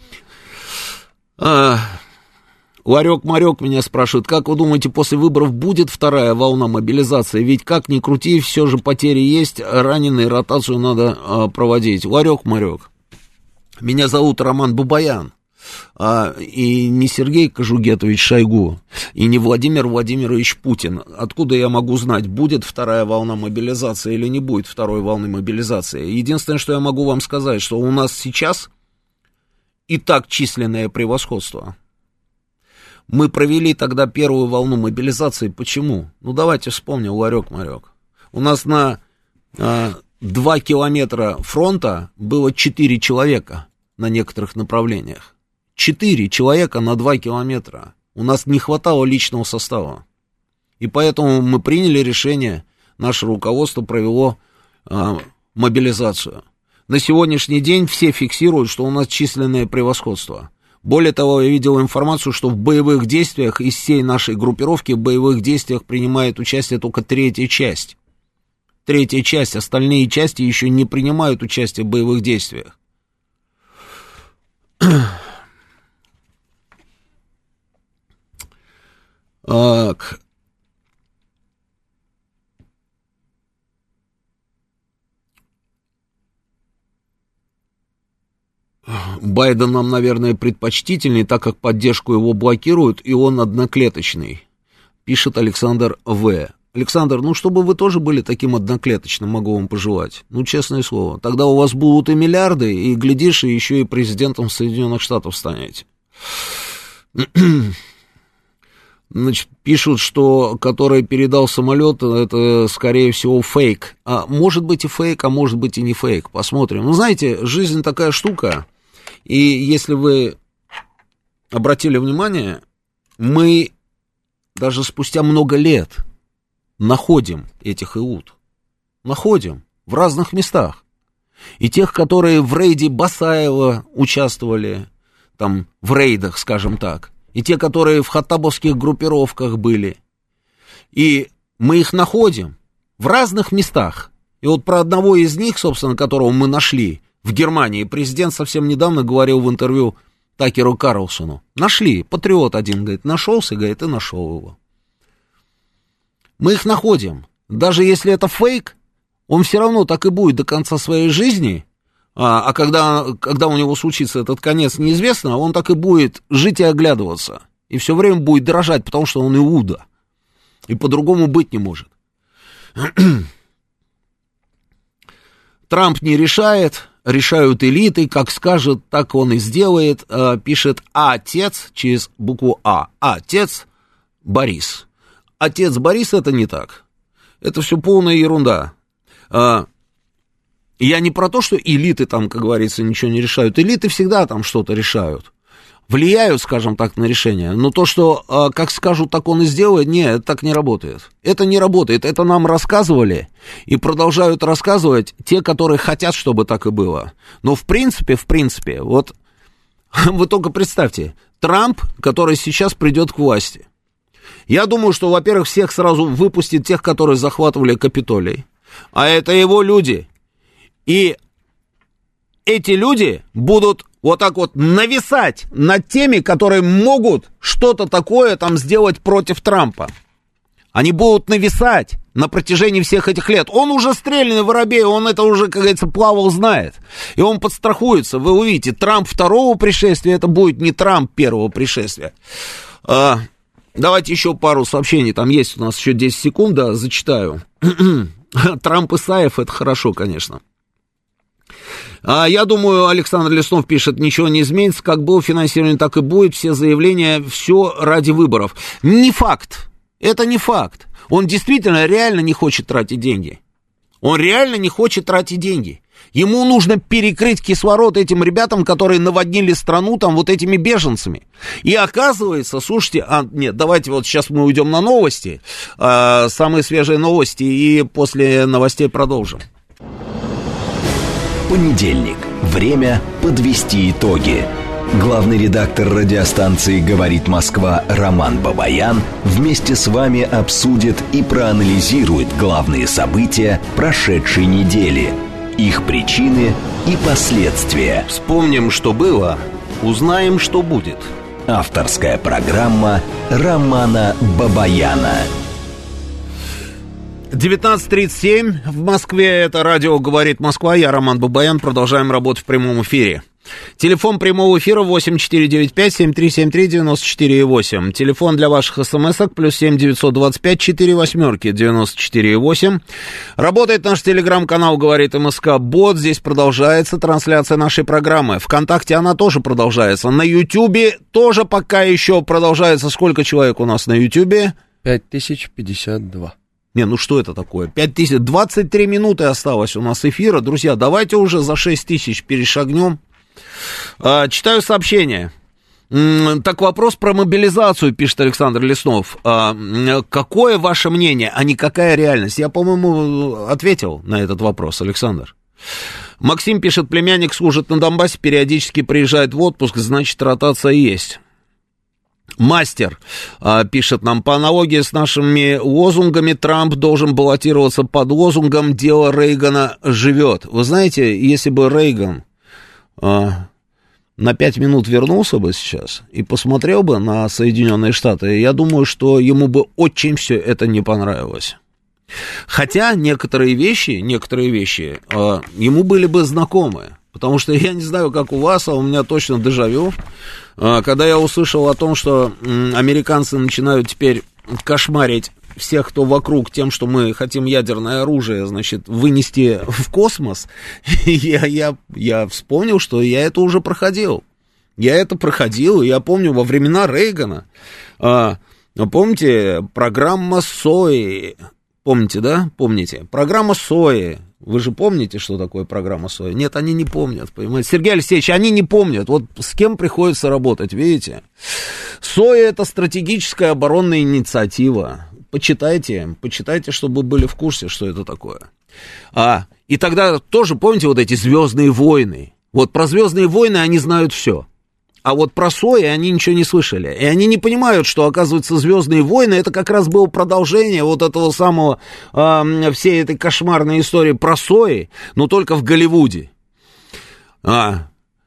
А, Ларек-марек меня спрашивает, как вы думаете, после выборов будет вторая волна мобилизации? Ведь как ни крути, все же потери есть, раненые, ротацию надо а, проводить. Ларек-марек, меня зовут Роман Бабаян, а, и не Сергей Кожугетович Шойгу, и не Владимир Владимирович Путин. Откуда я могу знать, будет вторая волна мобилизации или не будет второй волны мобилизации? Единственное, что я могу вам сказать, что у нас сейчас и так численное превосходство. Мы провели тогда первую волну мобилизации. Почему? Ну, давайте вспомним, Ларек-марек. У нас на а, два километра фронта было четыре человека на некоторых направлениях. Четыре человека на два километра. У нас не хватало личного состава. И поэтому мы приняли решение, наше руководство провело а, мобилизацию. На сегодняшний день все фиксируют, что у нас численное превосходство. Более того, я видел информацию, что в боевых действиях из всей нашей группировки в боевых действиях принимает участие только третья часть. Третья часть, остальные части еще не принимают участие в боевых действиях. Так. Байден нам, наверное, предпочтительней, так как поддержку его блокируют, и он одноклеточный, пишет Александр В. Александр, ну, чтобы вы тоже были таким одноклеточным, могу вам пожелать. Ну, честное слово. Тогда у вас будут и миллиарды, и, глядишь, и еще и президентом Соединенных Штатов станете. Значит, пишут, что который передал самолет, это, скорее всего, фейк. А может быть и фейк, а может быть и не фейк. Посмотрим. Ну, знаете, жизнь такая штука. И если вы обратили внимание, мы даже спустя много лет находим этих Иуд. Находим в разных местах. И тех, которые в рейде Басаева участвовали, там, в рейдах, скажем так. И те, которые в хаттабовских группировках были. И мы их находим в разных местах. И вот про одного из них, собственно, которого мы нашли в Германии, президент совсем недавно говорил в интервью Такеру Карлсону. Нашли, патриот один, говорит, нашелся, говорит, и нашел его. Мы их находим. Даже если это фейк, он все равно так и будет до конца своей жизни. А, а когда, когда у него случится этот конец, неизвестно, он так и будет жить и оглядываться. И все время будет дрожать, потому что он Иуда. И по-другому быть не может. Трамп не решает, решают элиты, как скажет, так он и сделает, а, пишет отец через букву А. Отец Борис. Отец Борис, это не так. Это все полная ерунда. А, Я не про то, что элиты там, как говорится, ничего не решают. Элиты всегда там что-то решают. Влияют, скажем так, на решение. Но то, что, как скажут, так он и сделает, нет, это так не работает. Это не работает. Это нам рассказывали и продолжают рассказывать те, которые хотят, чтобы так и было. Но в принципе, в принципе, вот вы только представьте, Трамп, который сейчас придет к власти. Я думаю, что, во-первых, всех сразу выпустит тех, которые захватывали Капитолий. А это его люди. И эти люди будут вот так вот нависать над теми, которые могут что-то такое там сделать против Трампа. Они будут нависать на протяжении всех этих лет. Он уже стрелянный воробей, он это уже, как говорится, плавал, знает. И он подстрахуется. Вы увидите, Трамп второго пришествия, это будет не Трамп первого пришествия. А, давайте еще пару сообщений. Там есть у нас еще десять секунд, да, зачитаю. Трамп Исаев, это хорошо, конечно. А, я думаю, Александр Леснов пишет, ничего не изменится, как было финансирование, так и будет, все заявления, все ради выборов. Не факт, это не факт. Он действительно реально не хочет тратить деньги. Он реально не хочет тратить деньги. Ему нужно перекрыть кислород этим ребятам, которые наводнили страну там вот этими беженцами. И оказывается, слушайте, а, нет, давайте вот сейчас мы уйдем на новости, а, самые свежие новости, и после новостей продолжим. Понедельник. Время подвести итоги. Главный редактор радиостанции «Говорит Москва» Роман Бабаян вместе с вами обсудит и проанализирует главные события прошедшей недели, их причины и последствия. Вспомним, что было, узнаем, что будет. Авторская программа Романа Бабаяна. девятнадцать тридцать семь в Москве, это радио «Говорит Москва», я Роман Бабаян, продолжаем работу в прямом эфире. Телефон прямого эфира восемь четыре девять пять семь три семь три девять четыре восемь. Телефон для ваших смс-ок плюс семь девятьсот двадцать пять четыре восьмерки девяносто четыре восемь. Работает наш телеграм-канал «Говорит МСК Бот». Здесь продолжается трансляция нашей программы. ВКонтакте она тоже продолжается. На Ютьюбе тоже пока еще продолжается. Сколько человек у нас на Ютьюбе? пять тысяч пятьдесят два. Не, ну что это такое? пять тысяч, двадцать три минуты осталось у нас эфира. Друзья, давайте уже за шесть тысяч перешагнем. А, читаю сообщение. Так, вопрос про мобилизацию, пишет Александр Леснов. А, какое ваше мнение, а не какая реальность? Я, по-моему, ответил на этот вопрос, Александр. Максим пишет, племянник служит на Донбассе, периодически приезжает в отпуск, значит, ротация есть. Мастер а, пишет нам, по аналогии с нашими лозунгами, Трамп должен баллотироваться под лозунгом «Дело Рейгана живет». Вы знаете, если бы Рейган а, на пять минут вернулся бы сейчас и посмотрел бы на Соединенные Штаты, я думаю, что ему бы очень все это не понравилось. Хотя некоторые вещи, некоторые вещи а, ему были бы знакомы. Потому что я не знаю, как у вас, а у меня точно дежавю. Когда я услышал о том, что американцы начинают теперь кошмарить всех, кто вокруг, тем, что мы хотим ядерное оружие, значит, вынести в космос, я, я, я вспомнил, что я это уже проходил. Я это проходил, и я помню во времена Рейгана. А, помните, программа СОИ, помните, да? Помните? Программа СОИ. Вы же помните, что такое программа СОИ? Нет, они не помнят, понимаете? Сергей Алексеевич, они не помнят. Вот с кем приходится работать, видите? СОИ — это стратегическая оборонная инициатива. Почитайте, почитайте, чтобы были в курсе, что это такое. А, и тогда тоже, помните, вот эти «Звездные войны». Вот про «Звездные войны» они знают все. А вот про СОИ они ничего не слышали. И они не понимают, что, оказывается, «Звездные войны» — это как раз было продолжение вот этого самого, э, всей этой кошмарной истории про СОИ, но только в Голливуде. А,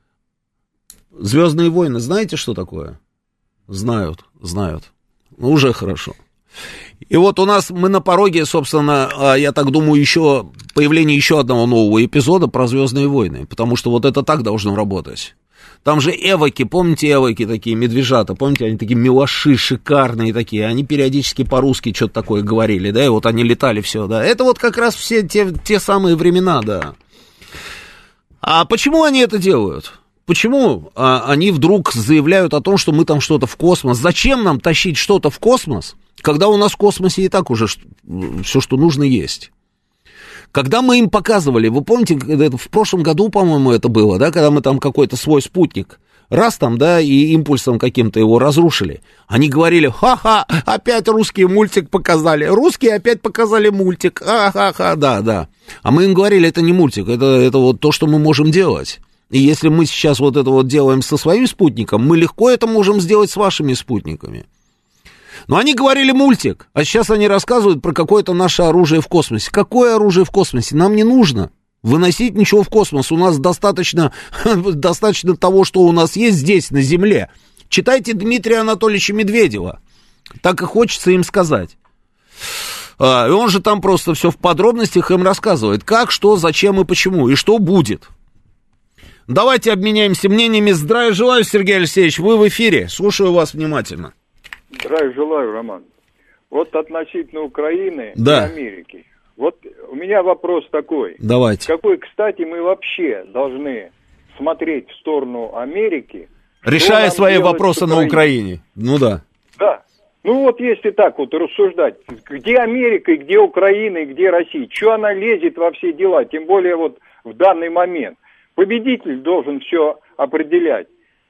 «Звездные войны» знаете, что такое? Знают, знают. Ну, уже хорошо. И вот у нас мы на пороге, собственно, я так думаю, еще появление еще одного нового эпизода про «Звездные войны», потому что вот это так должно работать. Там же эвоки, помните эвоки такие, медвежата, помните, они такие милаши, шикарные такие, они периодически по-русски что-то такое говорили, да, и вот они летали все, да, это вот как раз все те, те самые времена, да. А почему они это делают? Почему а, они вдруг заявляют о том, что мы там что-то в космос? Зачем нам тащить что-то в космос, когда у нас в космосе и так уже все, что нужно, есть? Когда мы им показывали, вы помните, в прошлом году, по-моему, это было, да, когда мы там какой-то свой спутник, раз там, да, и импульсом каким-то его разрушили, они говорили: ха-ха, опять русский мультик показали, русские опять показали мультик, ха-ха-ха, да, да. А мы им говорили: это не мультик, это, это вот то, что мы можем делать. И если мы сейчас вот это вот делаем со своим спутником, мы легко это можем сделать с вашими спутниками. Но они говорили мультик, а сейчас они рассказывают про какое-то наше оружие в космосе. Какое оружие в космосе? Нам не нужно выносить ничего в космос. У нас достаточно, достаточно того, что у нас есть здесь, на Земле. Читайте Дмитрия Анатольевича Медведева. Так и хочется им сказать. А, и он же там просто все в подробностях им рассказывает. Как, что, зачем и почему, и что будет. Давайте обменяемся мнениями. Здравия желаю, Сергей Алексеевич. Вы в эфире. Слушаю вас внимательно. Здравия желаю, Роман. Вот относительно Украины да. и Америки. Вот у меня вопрос такой. Давайте. Какой, кстати, мы вообще должны смотреть в сторону Америки, решая свои вопросы на Украине. Ну да. Да. Ну вот если так вот рассуждать, где Америка, и где Украина, и где Россия? Чего она лезет во все дела? Тем более вот в данный момент. Победитель должен все определять.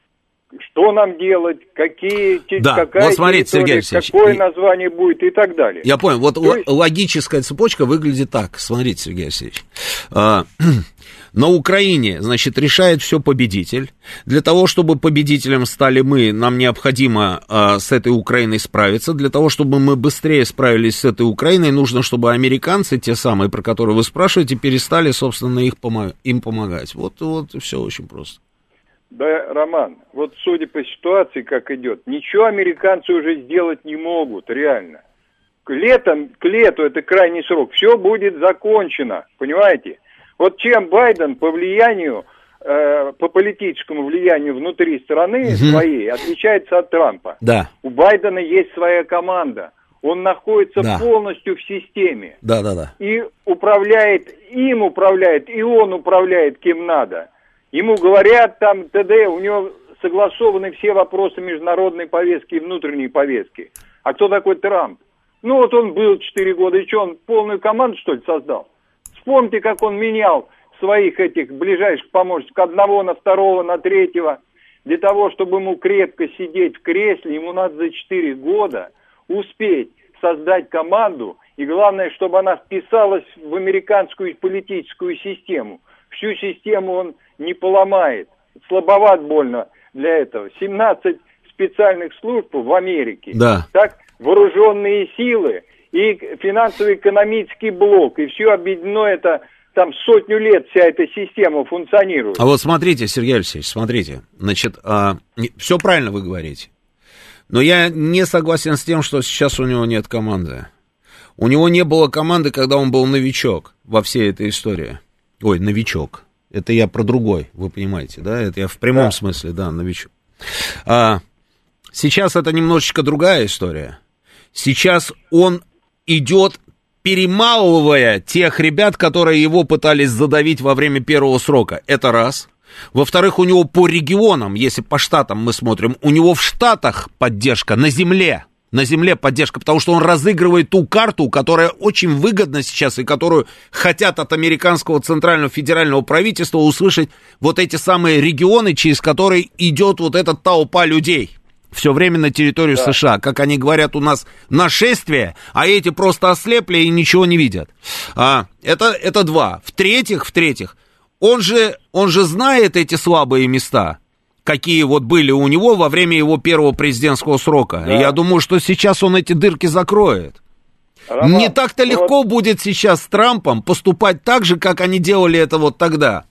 Что нам делать, какие, да. какая вот смотрите, Сергей Алексеевич, какое название будет и так далее. Я понял, вот л- есть... логическая цепочка выглядит так. Смотрите, Сергей Алексеевич. А, на Украине, значит, решает все победитель. Для того, чтобы победителем стали мы, нам необходимо а, с этой Украиной справиться. Для того, чтобы мы быстрее справились с этой Украиной, нужно, чтобы американцы, те самые, про которые вы спрашиваете, перестали, собственно, их помо- им помогать. Вот, вот все очень просто. Да, Роман, вот судя по ситуации, как идет, ничего американцы уже сделать не могут, реально. К летом, к лету, это крайний срок, все будет закончено, понимаете? Вот чем Байден по влиянию, э, по политическому влиянию внутри страны угу. своей отличается от Трампа. Да. У Байдена есть своя команда, он находится да. полностью в системе. Да, да, да. И управляет, им управляет, и он управляет кем надо. Ему говорят там т.д., у него согласованы все вопросы международной повестки и внутренней повестки. А кто такой Трамп? Ну вот он был четыре года, и что, он полную команду, что ли, создал? Вспомните, как он менял своих этих ближайших помощников, одного на второго, на третьего. Для того, чтобы ему крепко сидеть в кресле, ему надо за четыре года успеть создать команду, и главное, чтобы она вписалась в американскую политическую систему. Всю систему он не поломает. Слабоват больно для этого. семнадцать специальных служб в Америке. Да. Так, вооруженные силы и финансово-экономический блок. И все объединено это, там сотню лет вся эта система функционирует. А вот смотрите, Сергей Алексеевич, смотрите. Значит, а, все правильно вы говорите. Но я не согласен с тем, что сейчас у него нет команды. У него не было команды, когда он был новичок во всей этой истории. Ой, новичок. Это я про другой, вы понимаете, да? Это я в прямом да. смысле, да, новичок. А, сейчас это немножечко другая история. Сейчас он идет, перемалывая тех ребят, которые его пытались задавить во время первого срока. Это раз. Во-вторых, у него по регионам, если по штатам мы смотрим, у него в штатах поддержка на земле. На земле поддержка, потому что он разыгрывает ту карту, которая очень выгодна сейчас и которую хотят от американского центрального федерального правительства услышать вот эти самые регионы, через которые идет вот эта толпа людей все время на территорию да. США. Как они говорят, у нас нашествие, а эти просто ослепли и ничего не видят. А, это, это два. В-третьих, в-третьих, он же, он же знает эти слабые места, какие вот были у него во время его первого президентского срока. Да. Я думаю, что сейчас он эти дырки закроет. Роман, не так-то легко вот... будет сейчас с Трампом поступать так же, как они делали это вот тогда.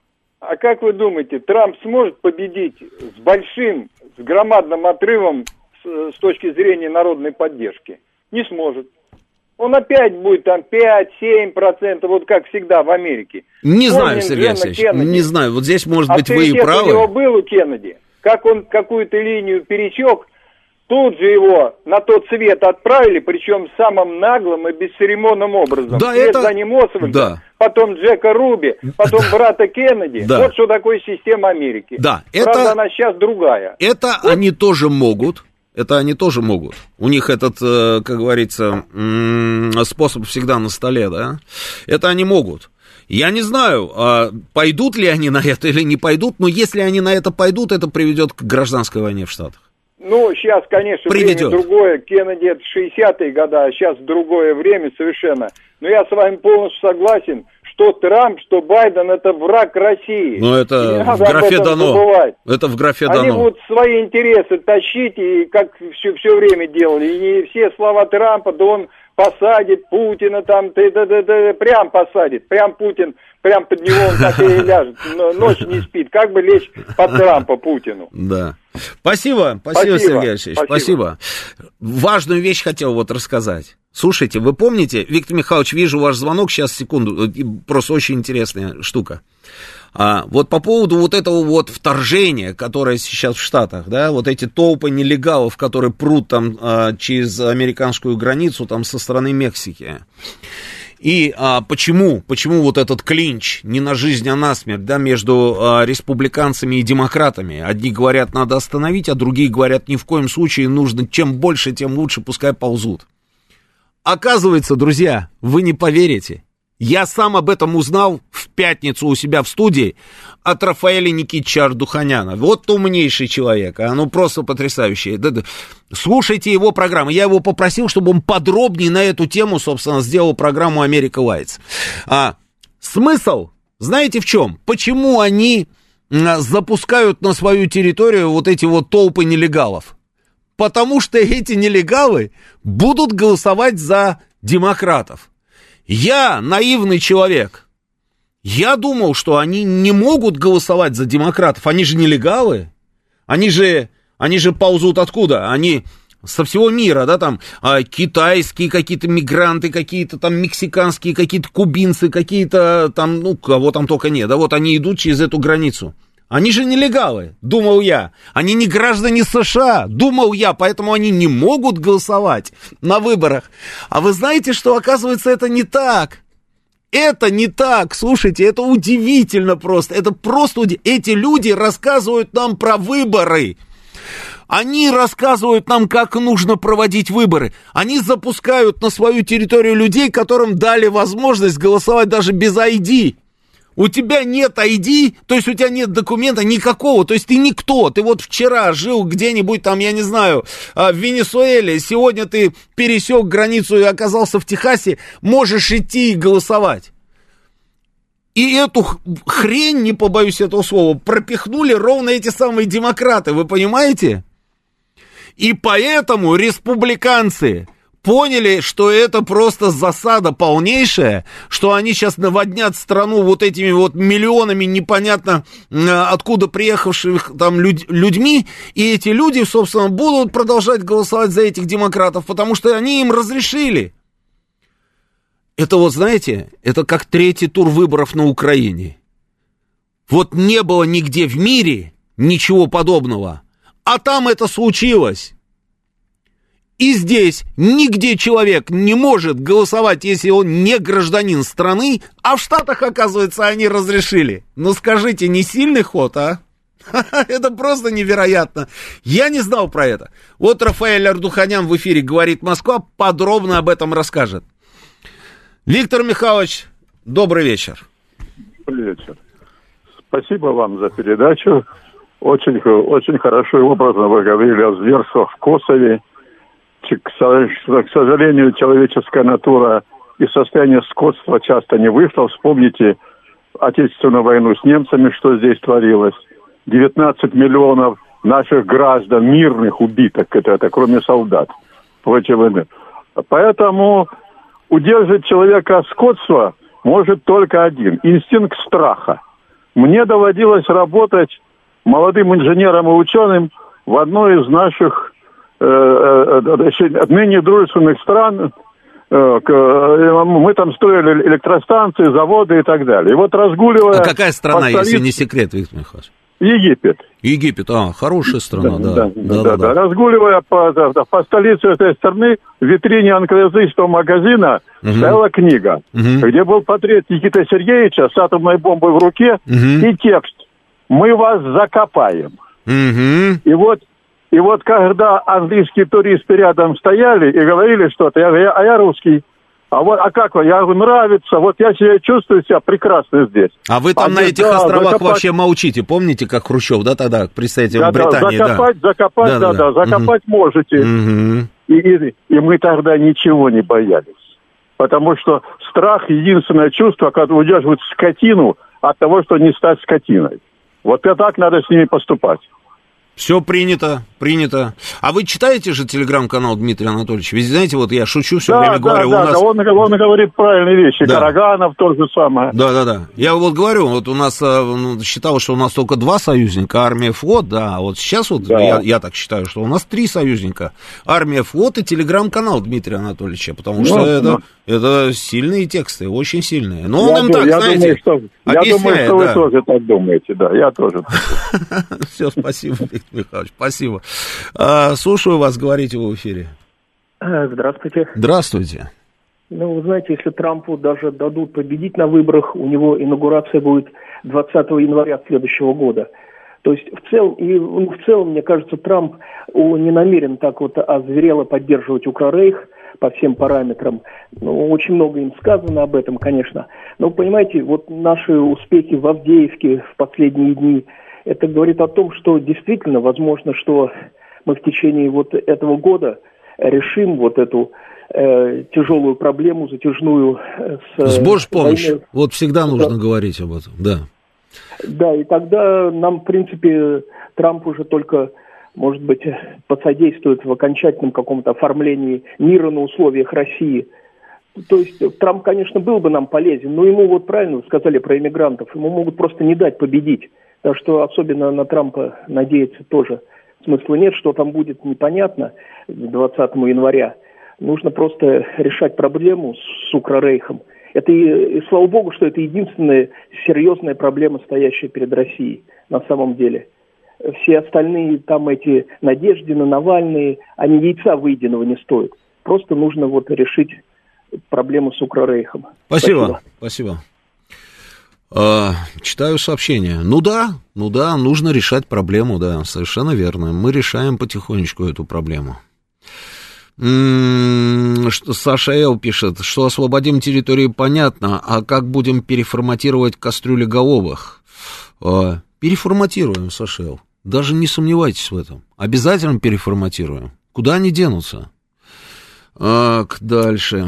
А как вы думаете, Трамп сможет победить с большим, с громадным отрывом с, с точки зрения народной поддержки? Не сможет. Он опять будет там пять-семь процентов, вот как всегда в Америке. Не Помним знаю, Сергей Алексеевич, Кеннеди. Не знаю. Вот здесь, может быть, вы и правы. А у него был у Кеннеди. Как он какую-то линию пересек, тут же его на тот свет отправили, причем самым наглым и бесцеремонным образом. Да, Вслед это... за ним Освальда, да. потом Джека Руби, потом да. брата Кеннеди. Да. Вот что такое система Америки. Да, Правда, это... она сейчас другая. Это вот. Они тоже могут. Это они тоже могут. У них этот, как говорится, способ всегда на столе, да? Это они могут. Я не знаю, пойдут ли они на это или не пойдут, но если они на это пойдут, это приведет к гражданской войне в Штатах. Ну, сейчас, конечно, приведет. Время другое. Кеннеди это шестидесятые годы, а сейчас другое время совершенно. Но я с вами полностью согласен, что Трамп, что Байден — это враг России. Ну, это в графе дано. Забывать. Это в графе Они дано. Они будут свои интересы тащить, и как все, все время делали. И не все слова Трампа, да он посадит Путина там, ты, да, да, да, прям посадит, прям Путин, прям под него он так и ляжет, ночь не спит. Как бы лечь под Трампа Путину? Да. Спасибо, спасибо, спасибо. Сергей Алексеевич, спасибо. спасибо. Важную вещь хотел вот рассказать. Слушайте, вы помните, Виктор Михайлович, вижу ваш звонок, сейчас, секунду, просто очень интересная штука. А, вот по поводу вот этого вот вторжения, которое сейчас в Штатах, да, вот эти толпы нелегалов, которые прут там а, через американскую границу, там со стороны Мексики. И а, почему, почему вот этот клинч не на жизнь, а на смерть, да, между а, республиканцами и демократами? Одни говорят, надо остановить, а другие говорят, ни в коем случае нужно, чем больше, тем лучше, пускай ползут. Оказывается, друзья, вы не поверите, я сам об этом узнал в пятницу у себя в студии от Рафаэля Никитича Ардуханяна. Вот умнейший человек, а ну просто потрясающий. Слушайте его программу. Я его попросил, чтобы он подробнее на эту тему, собственно, сделал программу «Америка Лайтс». А, смысл, знаете в чем? Почему они запускают на свою территорию вот эти вот толпы нелегалов? Потому что эти нелегалы будут голосовать за демократов. Я наивный человек. Я думал, что они не могут голосовать за демократов. Они же нелегалы. Они же, они же ползут откуда? Они со всего мира, да, там а, китайские какие-то мигранты, какие-то там мексиканские, какие-то кубинцы, какие-то там, ну, кого там только нет. Да вот они идут через эту границу. Они же нелегалы, думал я. Они не граждане США, думал я, поэтому они не могут голосовать на выборах. А вы знаете, что, оказывается, это не так. Это не так, слушайте, это удивительно просто. Это просто удивительно. Эти люди рассказывают нам про выборы. Они рассказывают нам, как нужно проводить выборы. Они запускают на свою территорию людей, которым дали возможность голосовать даже без ай ди. У тебя нет ай ди, то есть у тебя нет документа никакого, то есть ты никто, ты вот вчера жил где-нибудь там, я не знаю, в Венесуэле, сегодня ты пересек границу и оказался в Техасе, можешь идти и голосовать. И эту хрень, не побоюсь этого слова, пропихнули ровно эти самые демократы, вы понимаете? И поэтому республиканцы поняли, что это просто засада полнейшая, что они сейчас наводнят страну вот этими вот миллионами непонятно откуда приехавших там люд- людьми, и эти люди, собственно, будут продолжать голосовать за этих демократов, потому что они им разрешили. Это вот, знаете, это как третий тур выборов на Украине. Вот не было нигде в мире ничего подобного, а там это случилось. И здесь нигде человек не может голосовать, если он не гражданин страны, а в Штатах, оказывается, они разрешили. Ну скажите, не сильный ход, а? Это просто невероятно. Я не знал про это. Вот Рафаэль Ардуханян в эфире «Говорит Москва» подробно об этом расскажет. Виктор Михайлович, добрый вечер. Добрый вечер. Спасибо вам за передачу. Очень, очень хорошо и образно вы говорили о зверствах в Косове. К сожалению, человеческая натура и состояние скотства часто не вышло. Вспомните Отечественную войну с немцами, что здесь творилось. девятнадцать миллионов наших граждан, мирных убиток, это, это кроме солдат. Поэтому удержать человека от скотства может только один – инстинкт страха. Мне доводилось работать молодым инженером и ученым в одной из наших э, э, ныне дружественных стран. Э, э, мы там строили электростанции, заводы и так далее. И вот разгуливая... А какая страна, столице... если не секрет, Виктор Михайлович? Египет. Египет, а, хорошая страна, да. Да, да, да, да, да. Разгуливая по, да, по столице этой страны, в витрине англоязычного магазина угу. стояла книга, угу. где был портрет Никиты Сергеевича с атомной бомбой в руке угу. и текст «Мы вас закопаем». Угу. И вот, и вот когда английские туристы рядом стояли и говорили что-то, я говорю, а я русский. А вот, а как вы? Я говорю, нравится. Вот я себя чувствую себя прекрасно здесь. А вы там а на этих да, островах закопать... вообще молчите. Помните, как Хрущев, да, тогда, представитель да, Британии? Да, закопать, да. закопать, да, да, да, да закопать угу. можете. Угу. И, и, и мы тогда ничего не боялись. Потому что страх — единственное чувство, когда удерживают скотину от того, что не стать скотиной. Вот так надо с ними поступать. Все принято, принято. А вы читаете же телеграм-канал Дмитрия Анатольевича? Ведь, знаете, вот я шучу все да, время, да, говорю, да, у нас... Да, он, он говорит правильные вещи. Да. Караганов то же самое. Да, да, да. Я вот говорю, вот у нас ну, считалось, что у нас только два союзника, армия, флот, да. А вот сейчас вот да. я, я так считаю, что у нас три союзника. Армия, флот и телеграм-канал Дмитрия Анатольевича. Потому что ну, это, ну. это сильные тексты, очень сильные. Но он им так, я знаете, думаю, что, я думаю, что вы тоже так думаете, да. Я тоже. Все, спасибо, Виктор Михайлович, спасибо. А, слушаю вас, говорите вы в эфире. Здравствуйте. Здравствуйте. Ну, вы знаете, если Трампу даже дадут победить на выборах, у него инаугурация будет двадцатого января следующего года. То есть в целом, и, ну, в целом, мне кажется, Трамп он не намерен так вот озверело поддерживать Укррейх по всем параметрам. Ну, очень много им сказано об этом, конечно. Но, понимаете, вот наши успехи в Авдеевке в последние дни, это говорит о том, что действительно возможно, что мы в течение вот этого года решим вот эту э, тяжелую проблему, затяжную. С, с Божьей помощью. Вот всегда нужно да. говорить об этом, да. Да, и тогда нам, в принципе, Трамп уже только, может быть, посодействует в окончательном каком-то оформлении мира на условиях России. То есть Трамп, конечно, был бы нам полезен, но ему, вот правильно вы сказали про иммигрантов, ему могут просто не дать победить. Так что особенно на Трампа надеяться тоже смысла нет, что там будет непонятно двадцатого января. Нужно просто решать проблему с Укррейхом. Это и, и слава богу, что это единственная серьезная проблема, стоящая перед Россией на самом деле. Все остальные там эти Надеждины, Навальные, они яйца выеденного не стоят. Просто нужно вот решить проблему с Укррейхом. Спасибо. Спасибо. А, читаю сообщение. Ну да, ну да, нужно решать проблему, да, совершенно верно. Мы решаем потихонечку эту проблему. М-м, что Саша Эл пишет, что освободим территорию, понятно, а как будем переформатировать кастрюлеголовых? А, переформатируем, Саша Эл. Даже не сомневайтесь в этом. Обязательно переформатируем. Куда они денутся? Так, дальше.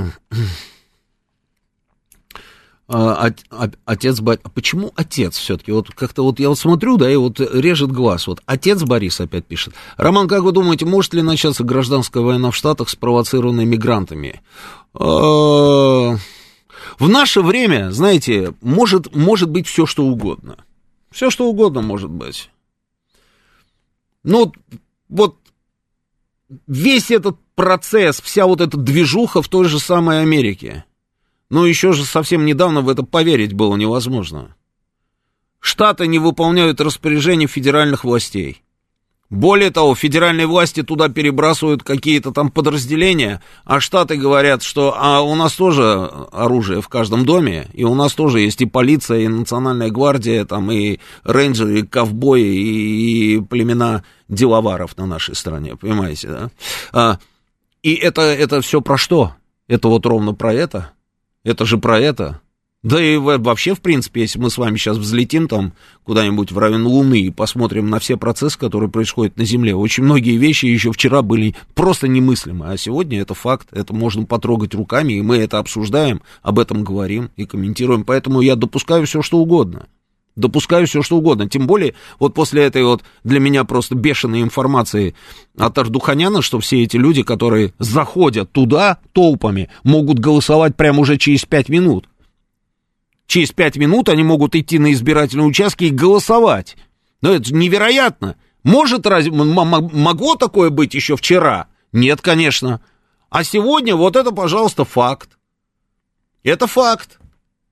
А, а, отец Борис. Почему отец все-таки? Вот как-то вот я вот смотрю, да, и вот режет глаз. Вот отец Борис опять пишет. Роман, как вы думаете, может ли начаться гражданская война в Штатах, спровоцированная мигрантами? В наше время, знаете, может, может быть все, что угодно. Все, что угодно может быть. Ну, вот весь этот процесс, вся вот эта движуха в той же самой Америке. Ну, еще же совсем недавно в это поверить было невозможно. Штаты не выполняют распоряжения федеральных властей. Более того, федеральные власти туда перебрасывают какие-то там подразделения, а Штаты говорят, что а у нас тоже оружие в каждом доме, и у нас тоже есть и полиция, и национальная гвардия, там, и рейнджеры, и ковбои, и, и племена деловаров на нашей стране, понимаете, да? А, и это, это все про что? Это вот ровно про это? Это же про это? Да и вообще, в принципе, если мы с вами сейчас взлетим там куда-нибудь в район Луны и посмотрим на все процессы, которые происходят на Земле, очень многие вещи еще вчера были просто немыслимы, а сегодня это факт, это можно потрогать руками, и мы это обсуждаем, об этом говорим и комментируем, поэтому я допускаю все, что угодно. Допускаю все, что угодно. Тем более, вот после этой вот для меня просто бешеной информации от Ардуханяна, что все эти люди, которые заходят туда толпами, могут голосовать прямо уже через пять минут. Через пять минут они могут идти на избирательные участки и голосовать. Ну, это невероятно. Может, разве, могло такое быть еще вчера? Нет, конечно. А сегодня вот это, пожалуйста, факт. Это факт.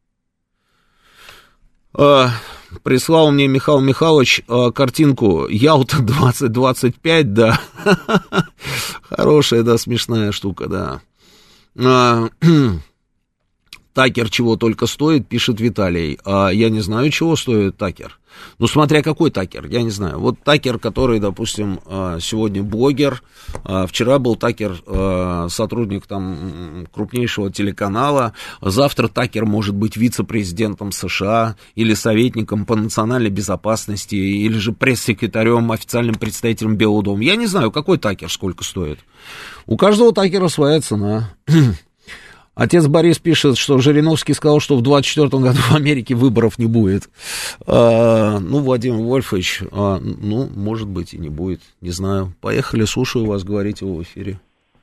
А, прислал мне Михаил Михайлович а, картинку Ялта двадцать двадцать пять, да. Хорошая, да, смешная штука, да. А, Такер чего только стоит, пишет Виталий. А я не знаю, чего стоит Такер. Ну, смотря какой Такер, я не знаю. Вот Такер, который, допустим, сегодня блогер. Вчера был Такер, сотрудник там крупнейшего телеканала. Завтра Такер может быть вице-президентом США или советником по национальной безопасности, или же пресс-секретарем, официальным представителем Белого дома. Я не знаю, какой Такер сколько стоит. У каждого Такера своя цена. Отец Борис пишет, что Жириновский сказал, что в двадцать четвёртом году в Америке выборов не будет. А, ну, Владимир Вольфович, а, ну, может быть, и не будет, не знаю. Поехали, слушаю вас, говорите в эфире.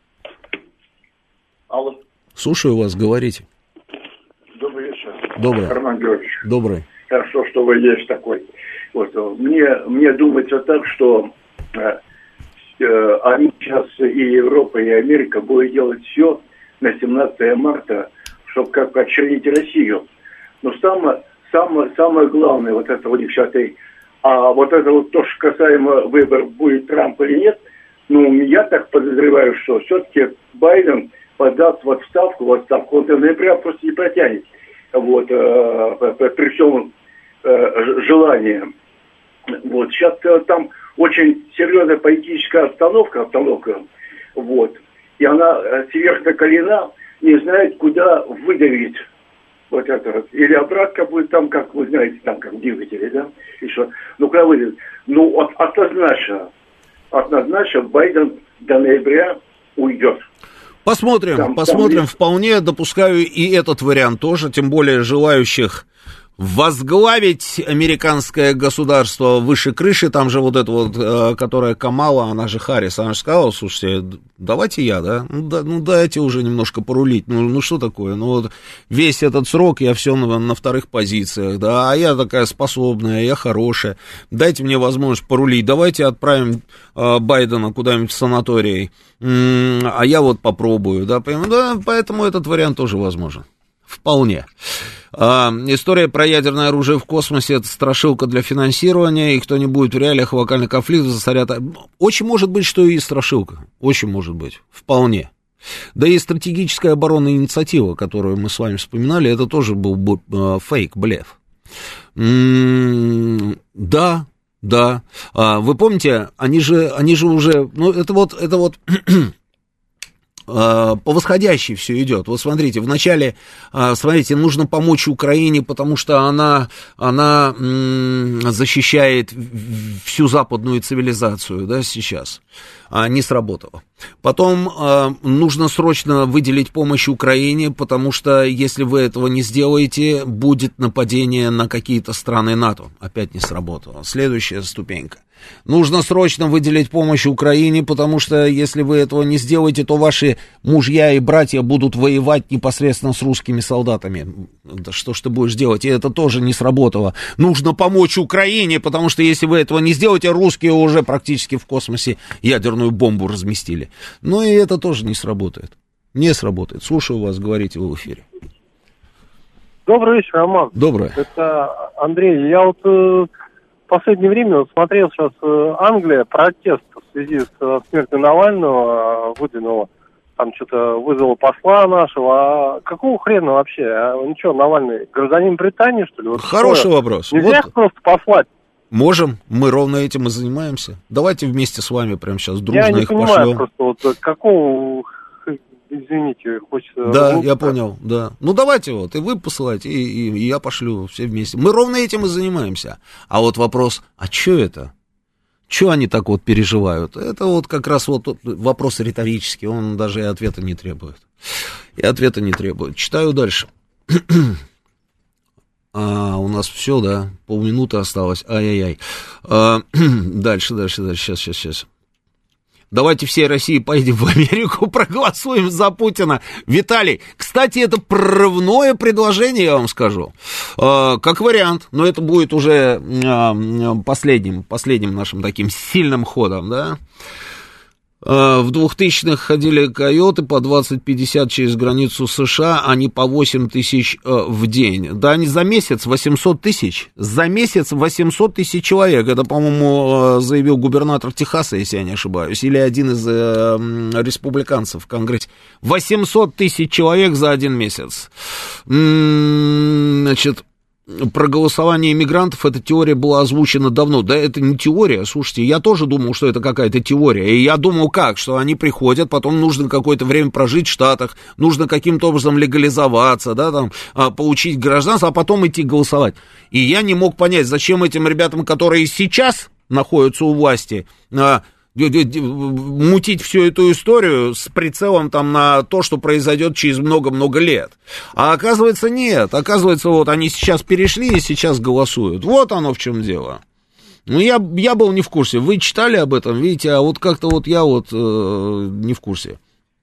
Алло. Слушаю вас, говорите. Добрый вечер. Добрый. Роман Георгиевич. Добрый. Хорошо, что вы есть такой. Вот, мне, мне думается так, что э, э, они сейчас, и Европа, и Америка будут делать все на семнадцатое марта, чтобы как очернить Россию. Но самое, самое, самое главное, вот это у них сейчас, и, а вот это вот то, что касаемо выборов, будет Трамп или нет, ну, я так подозреваю, что все-таки Байден подаст в отставку, в отставку, он до ноября просто не протянет, вот, э, при всем э, желании. Вот, сейчас э, там очень серьезная политическая обстановка, обстановка, вот. И она сверх наколена, не знает, куда выдавить вот это вот. Или обратка будет там, как вы знаете, там как двигатели, да, и что. Ну, куда выдавить? Ну, от, однозначно, однозначно Байден до ноября уйдет. Посмотрим, там, посмотрим, там... вполне допускаю и этот вариант тоже, тем более желающих возглавить американское государство выше крыши, там же вот эта вот, которая Камала, она же Харрис, она же сказала, слушайте, давайте я, да, ну, да, ну дайте уже немножко порулить, ну, ну что такое, ну вот весь этот срок я все на, на вторых позициях, да, а я такая способная, я хорошая, дайте мне возможность порулить, давайте отправим э, Байдена куда-нибудь в санаторий, м-м, а я вот попробую, да, да, поэтому этот вариант тоже возможен, вполне. А, история про ядерное оружие в космосе — это страшилка для финансирования, и кто не будет в реалиях локальных конфликтов засорят. Очень может быть, что и страшилка. Очень может быть. Вполне. Да и стратегическая оборонная инициатива, которую мы с вами вспоминали, это тоже был э, фейк, блеф. М-м- да, да. А, вы помните, они же, они же уже... Ну, это вот... Это вот по восходящей все идет. Вот смотрите, вначале, смотрите, нужно помочь Украине, потому что она, она защищает всю западную цивилизацию, да, сейчас. Не сработало. Потом нужно срочно выделить помощь Украине, потому что если вы этого не сделаете, будет нападение на какие-то страны НАТО. Опять не сработало. Следующая ступенька. Нужно срочно выделить помощь Украине, потому что если вы этого не сделаете, то ваши мужья и братья будут воевать непосредственно с русскими солдатами. Да что ж ты будешь делать? И это тоже не сработало. Нужно помочь Украине, потому что если вы этого не сделаете, русские уже практически в космосе ядерную бомбу разместили. Но и это тоже не сработает. Не сработает. Слушаю вас, говорите вы в эфире. Добрый вечер, Роман. Доброе. Это Андрей. Я вот э, в последнее время вот смотрел сейчас э, Англия, протест в связи с э, смертью Навального, э, выдвинула, там что-то вызвало посла нашего. А какого хрена вообще? А, ну что, Навальный гражданин Британии, что ли? Вот Хороший что? вопрос. Нельзя Вот. просто послать? Можем, мы ровно этим и занимаемся. Давайте вместе с вами прямо сейчас дружно Я не их понимаю пошлем. просто, вот какого, извините, хочется... Да, ну, я понял, да. Ну, давайте вот, и вы посылайте, и, и, и я пошлю, все вместе. Мы ровно этим и занимаемся. А вот вопрос, а что это? Что они так вот переживают? Это вот как раз вот вопрос риторический, он даже и ответа не требует. И ответа не требует. Читаю дальше. А, у нас все, да, полминуты осталось, ай-яй-яй. А, дальше, дальше, дальше, сейчас, сейчас, сейчас. Давайте всей России поедем в Америку, проголосуем за Путина. Виталий, кстати, это прорывное предложение, я вам скажу. А, как вариант, но это будет уже а, последним, последним нашим таким сильным ходом, да. В двухтысячных ходили койоты по двадцать-пятьдесят через границу США, они по восемь тысяч в день. Да, они за месяц восемьсот тысяч. За месяц восемьсот тысяч человек. Это, по-моему, заявил губернатор Техаса, если я не ошибаюсь, или один из э, республиканцев в Конгрессе. восемьсот тысяч человек за один месяц. М-м, значит... Про голосование иммигрантов эта теория была озвучена давно. Да это не теория, слушайте, я тоже думал, что это какая-то теория. И я думал как, что они приходят, потом нужно какое-то время прожить в Штатах, нужно каким-то образом легализоваться, да, там, получить гражданство, а потом идти голосовать. И я не мог понять, зачем этим ребятам, которые сейчас находятся у власти, мутить всю эту историю с прицелом там на то, что произойдет через много-много лет. А оказывается, нет. Оказывается, вот они сейчас перешли и сейчас голосуют. Вот оно в чем дело. Ну, я, я был не в курсе. Вы читали об этом, видите, а вот как-то вот я вот э, не в курсе.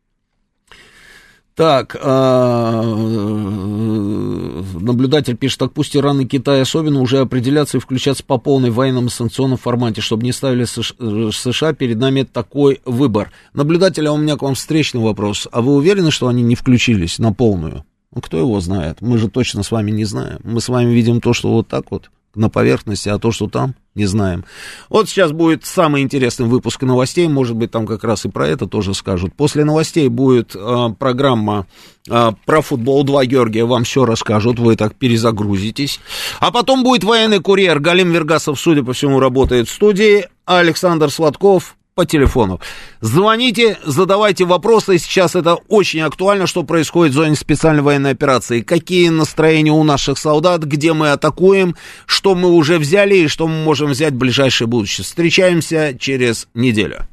Так, э, наблюдатель пишет, так пусть Иран и Китай особенно уже определятся и включаться по полной в военном санкционном формате, чтобы не ставили США, перед нами такой выбор. Наблюдатель, а у меня к вам встречный вопрос. А вы уверены, что они не включились на полную? Ну, кто его знает? Мы же точно с вами не знаем. Мы с вами видим то, что вот так вот на поверхности, а то, что там, не знаем. Вот сейчас будет самый интересный выпуск новостей, может быть, там как раз и про это тоже скажут. После новостей будет э, программа э, про футбол, два Георгия вам все расскажут, вы так перезагрузитесь. А потом будет военный курьер, Галим Вергасов, судя по всему, работает в студии, а Александр Сладков по телефону. Звоните, задавайте вопросы. Сейчас это очень актуально, что происходит в зоне специальной военной операции. Какие настроения у наших солдат, где мы атакуем, что мы уже взяли и что мы можем взять в ближайшее будущее. Встречаемся через неделю.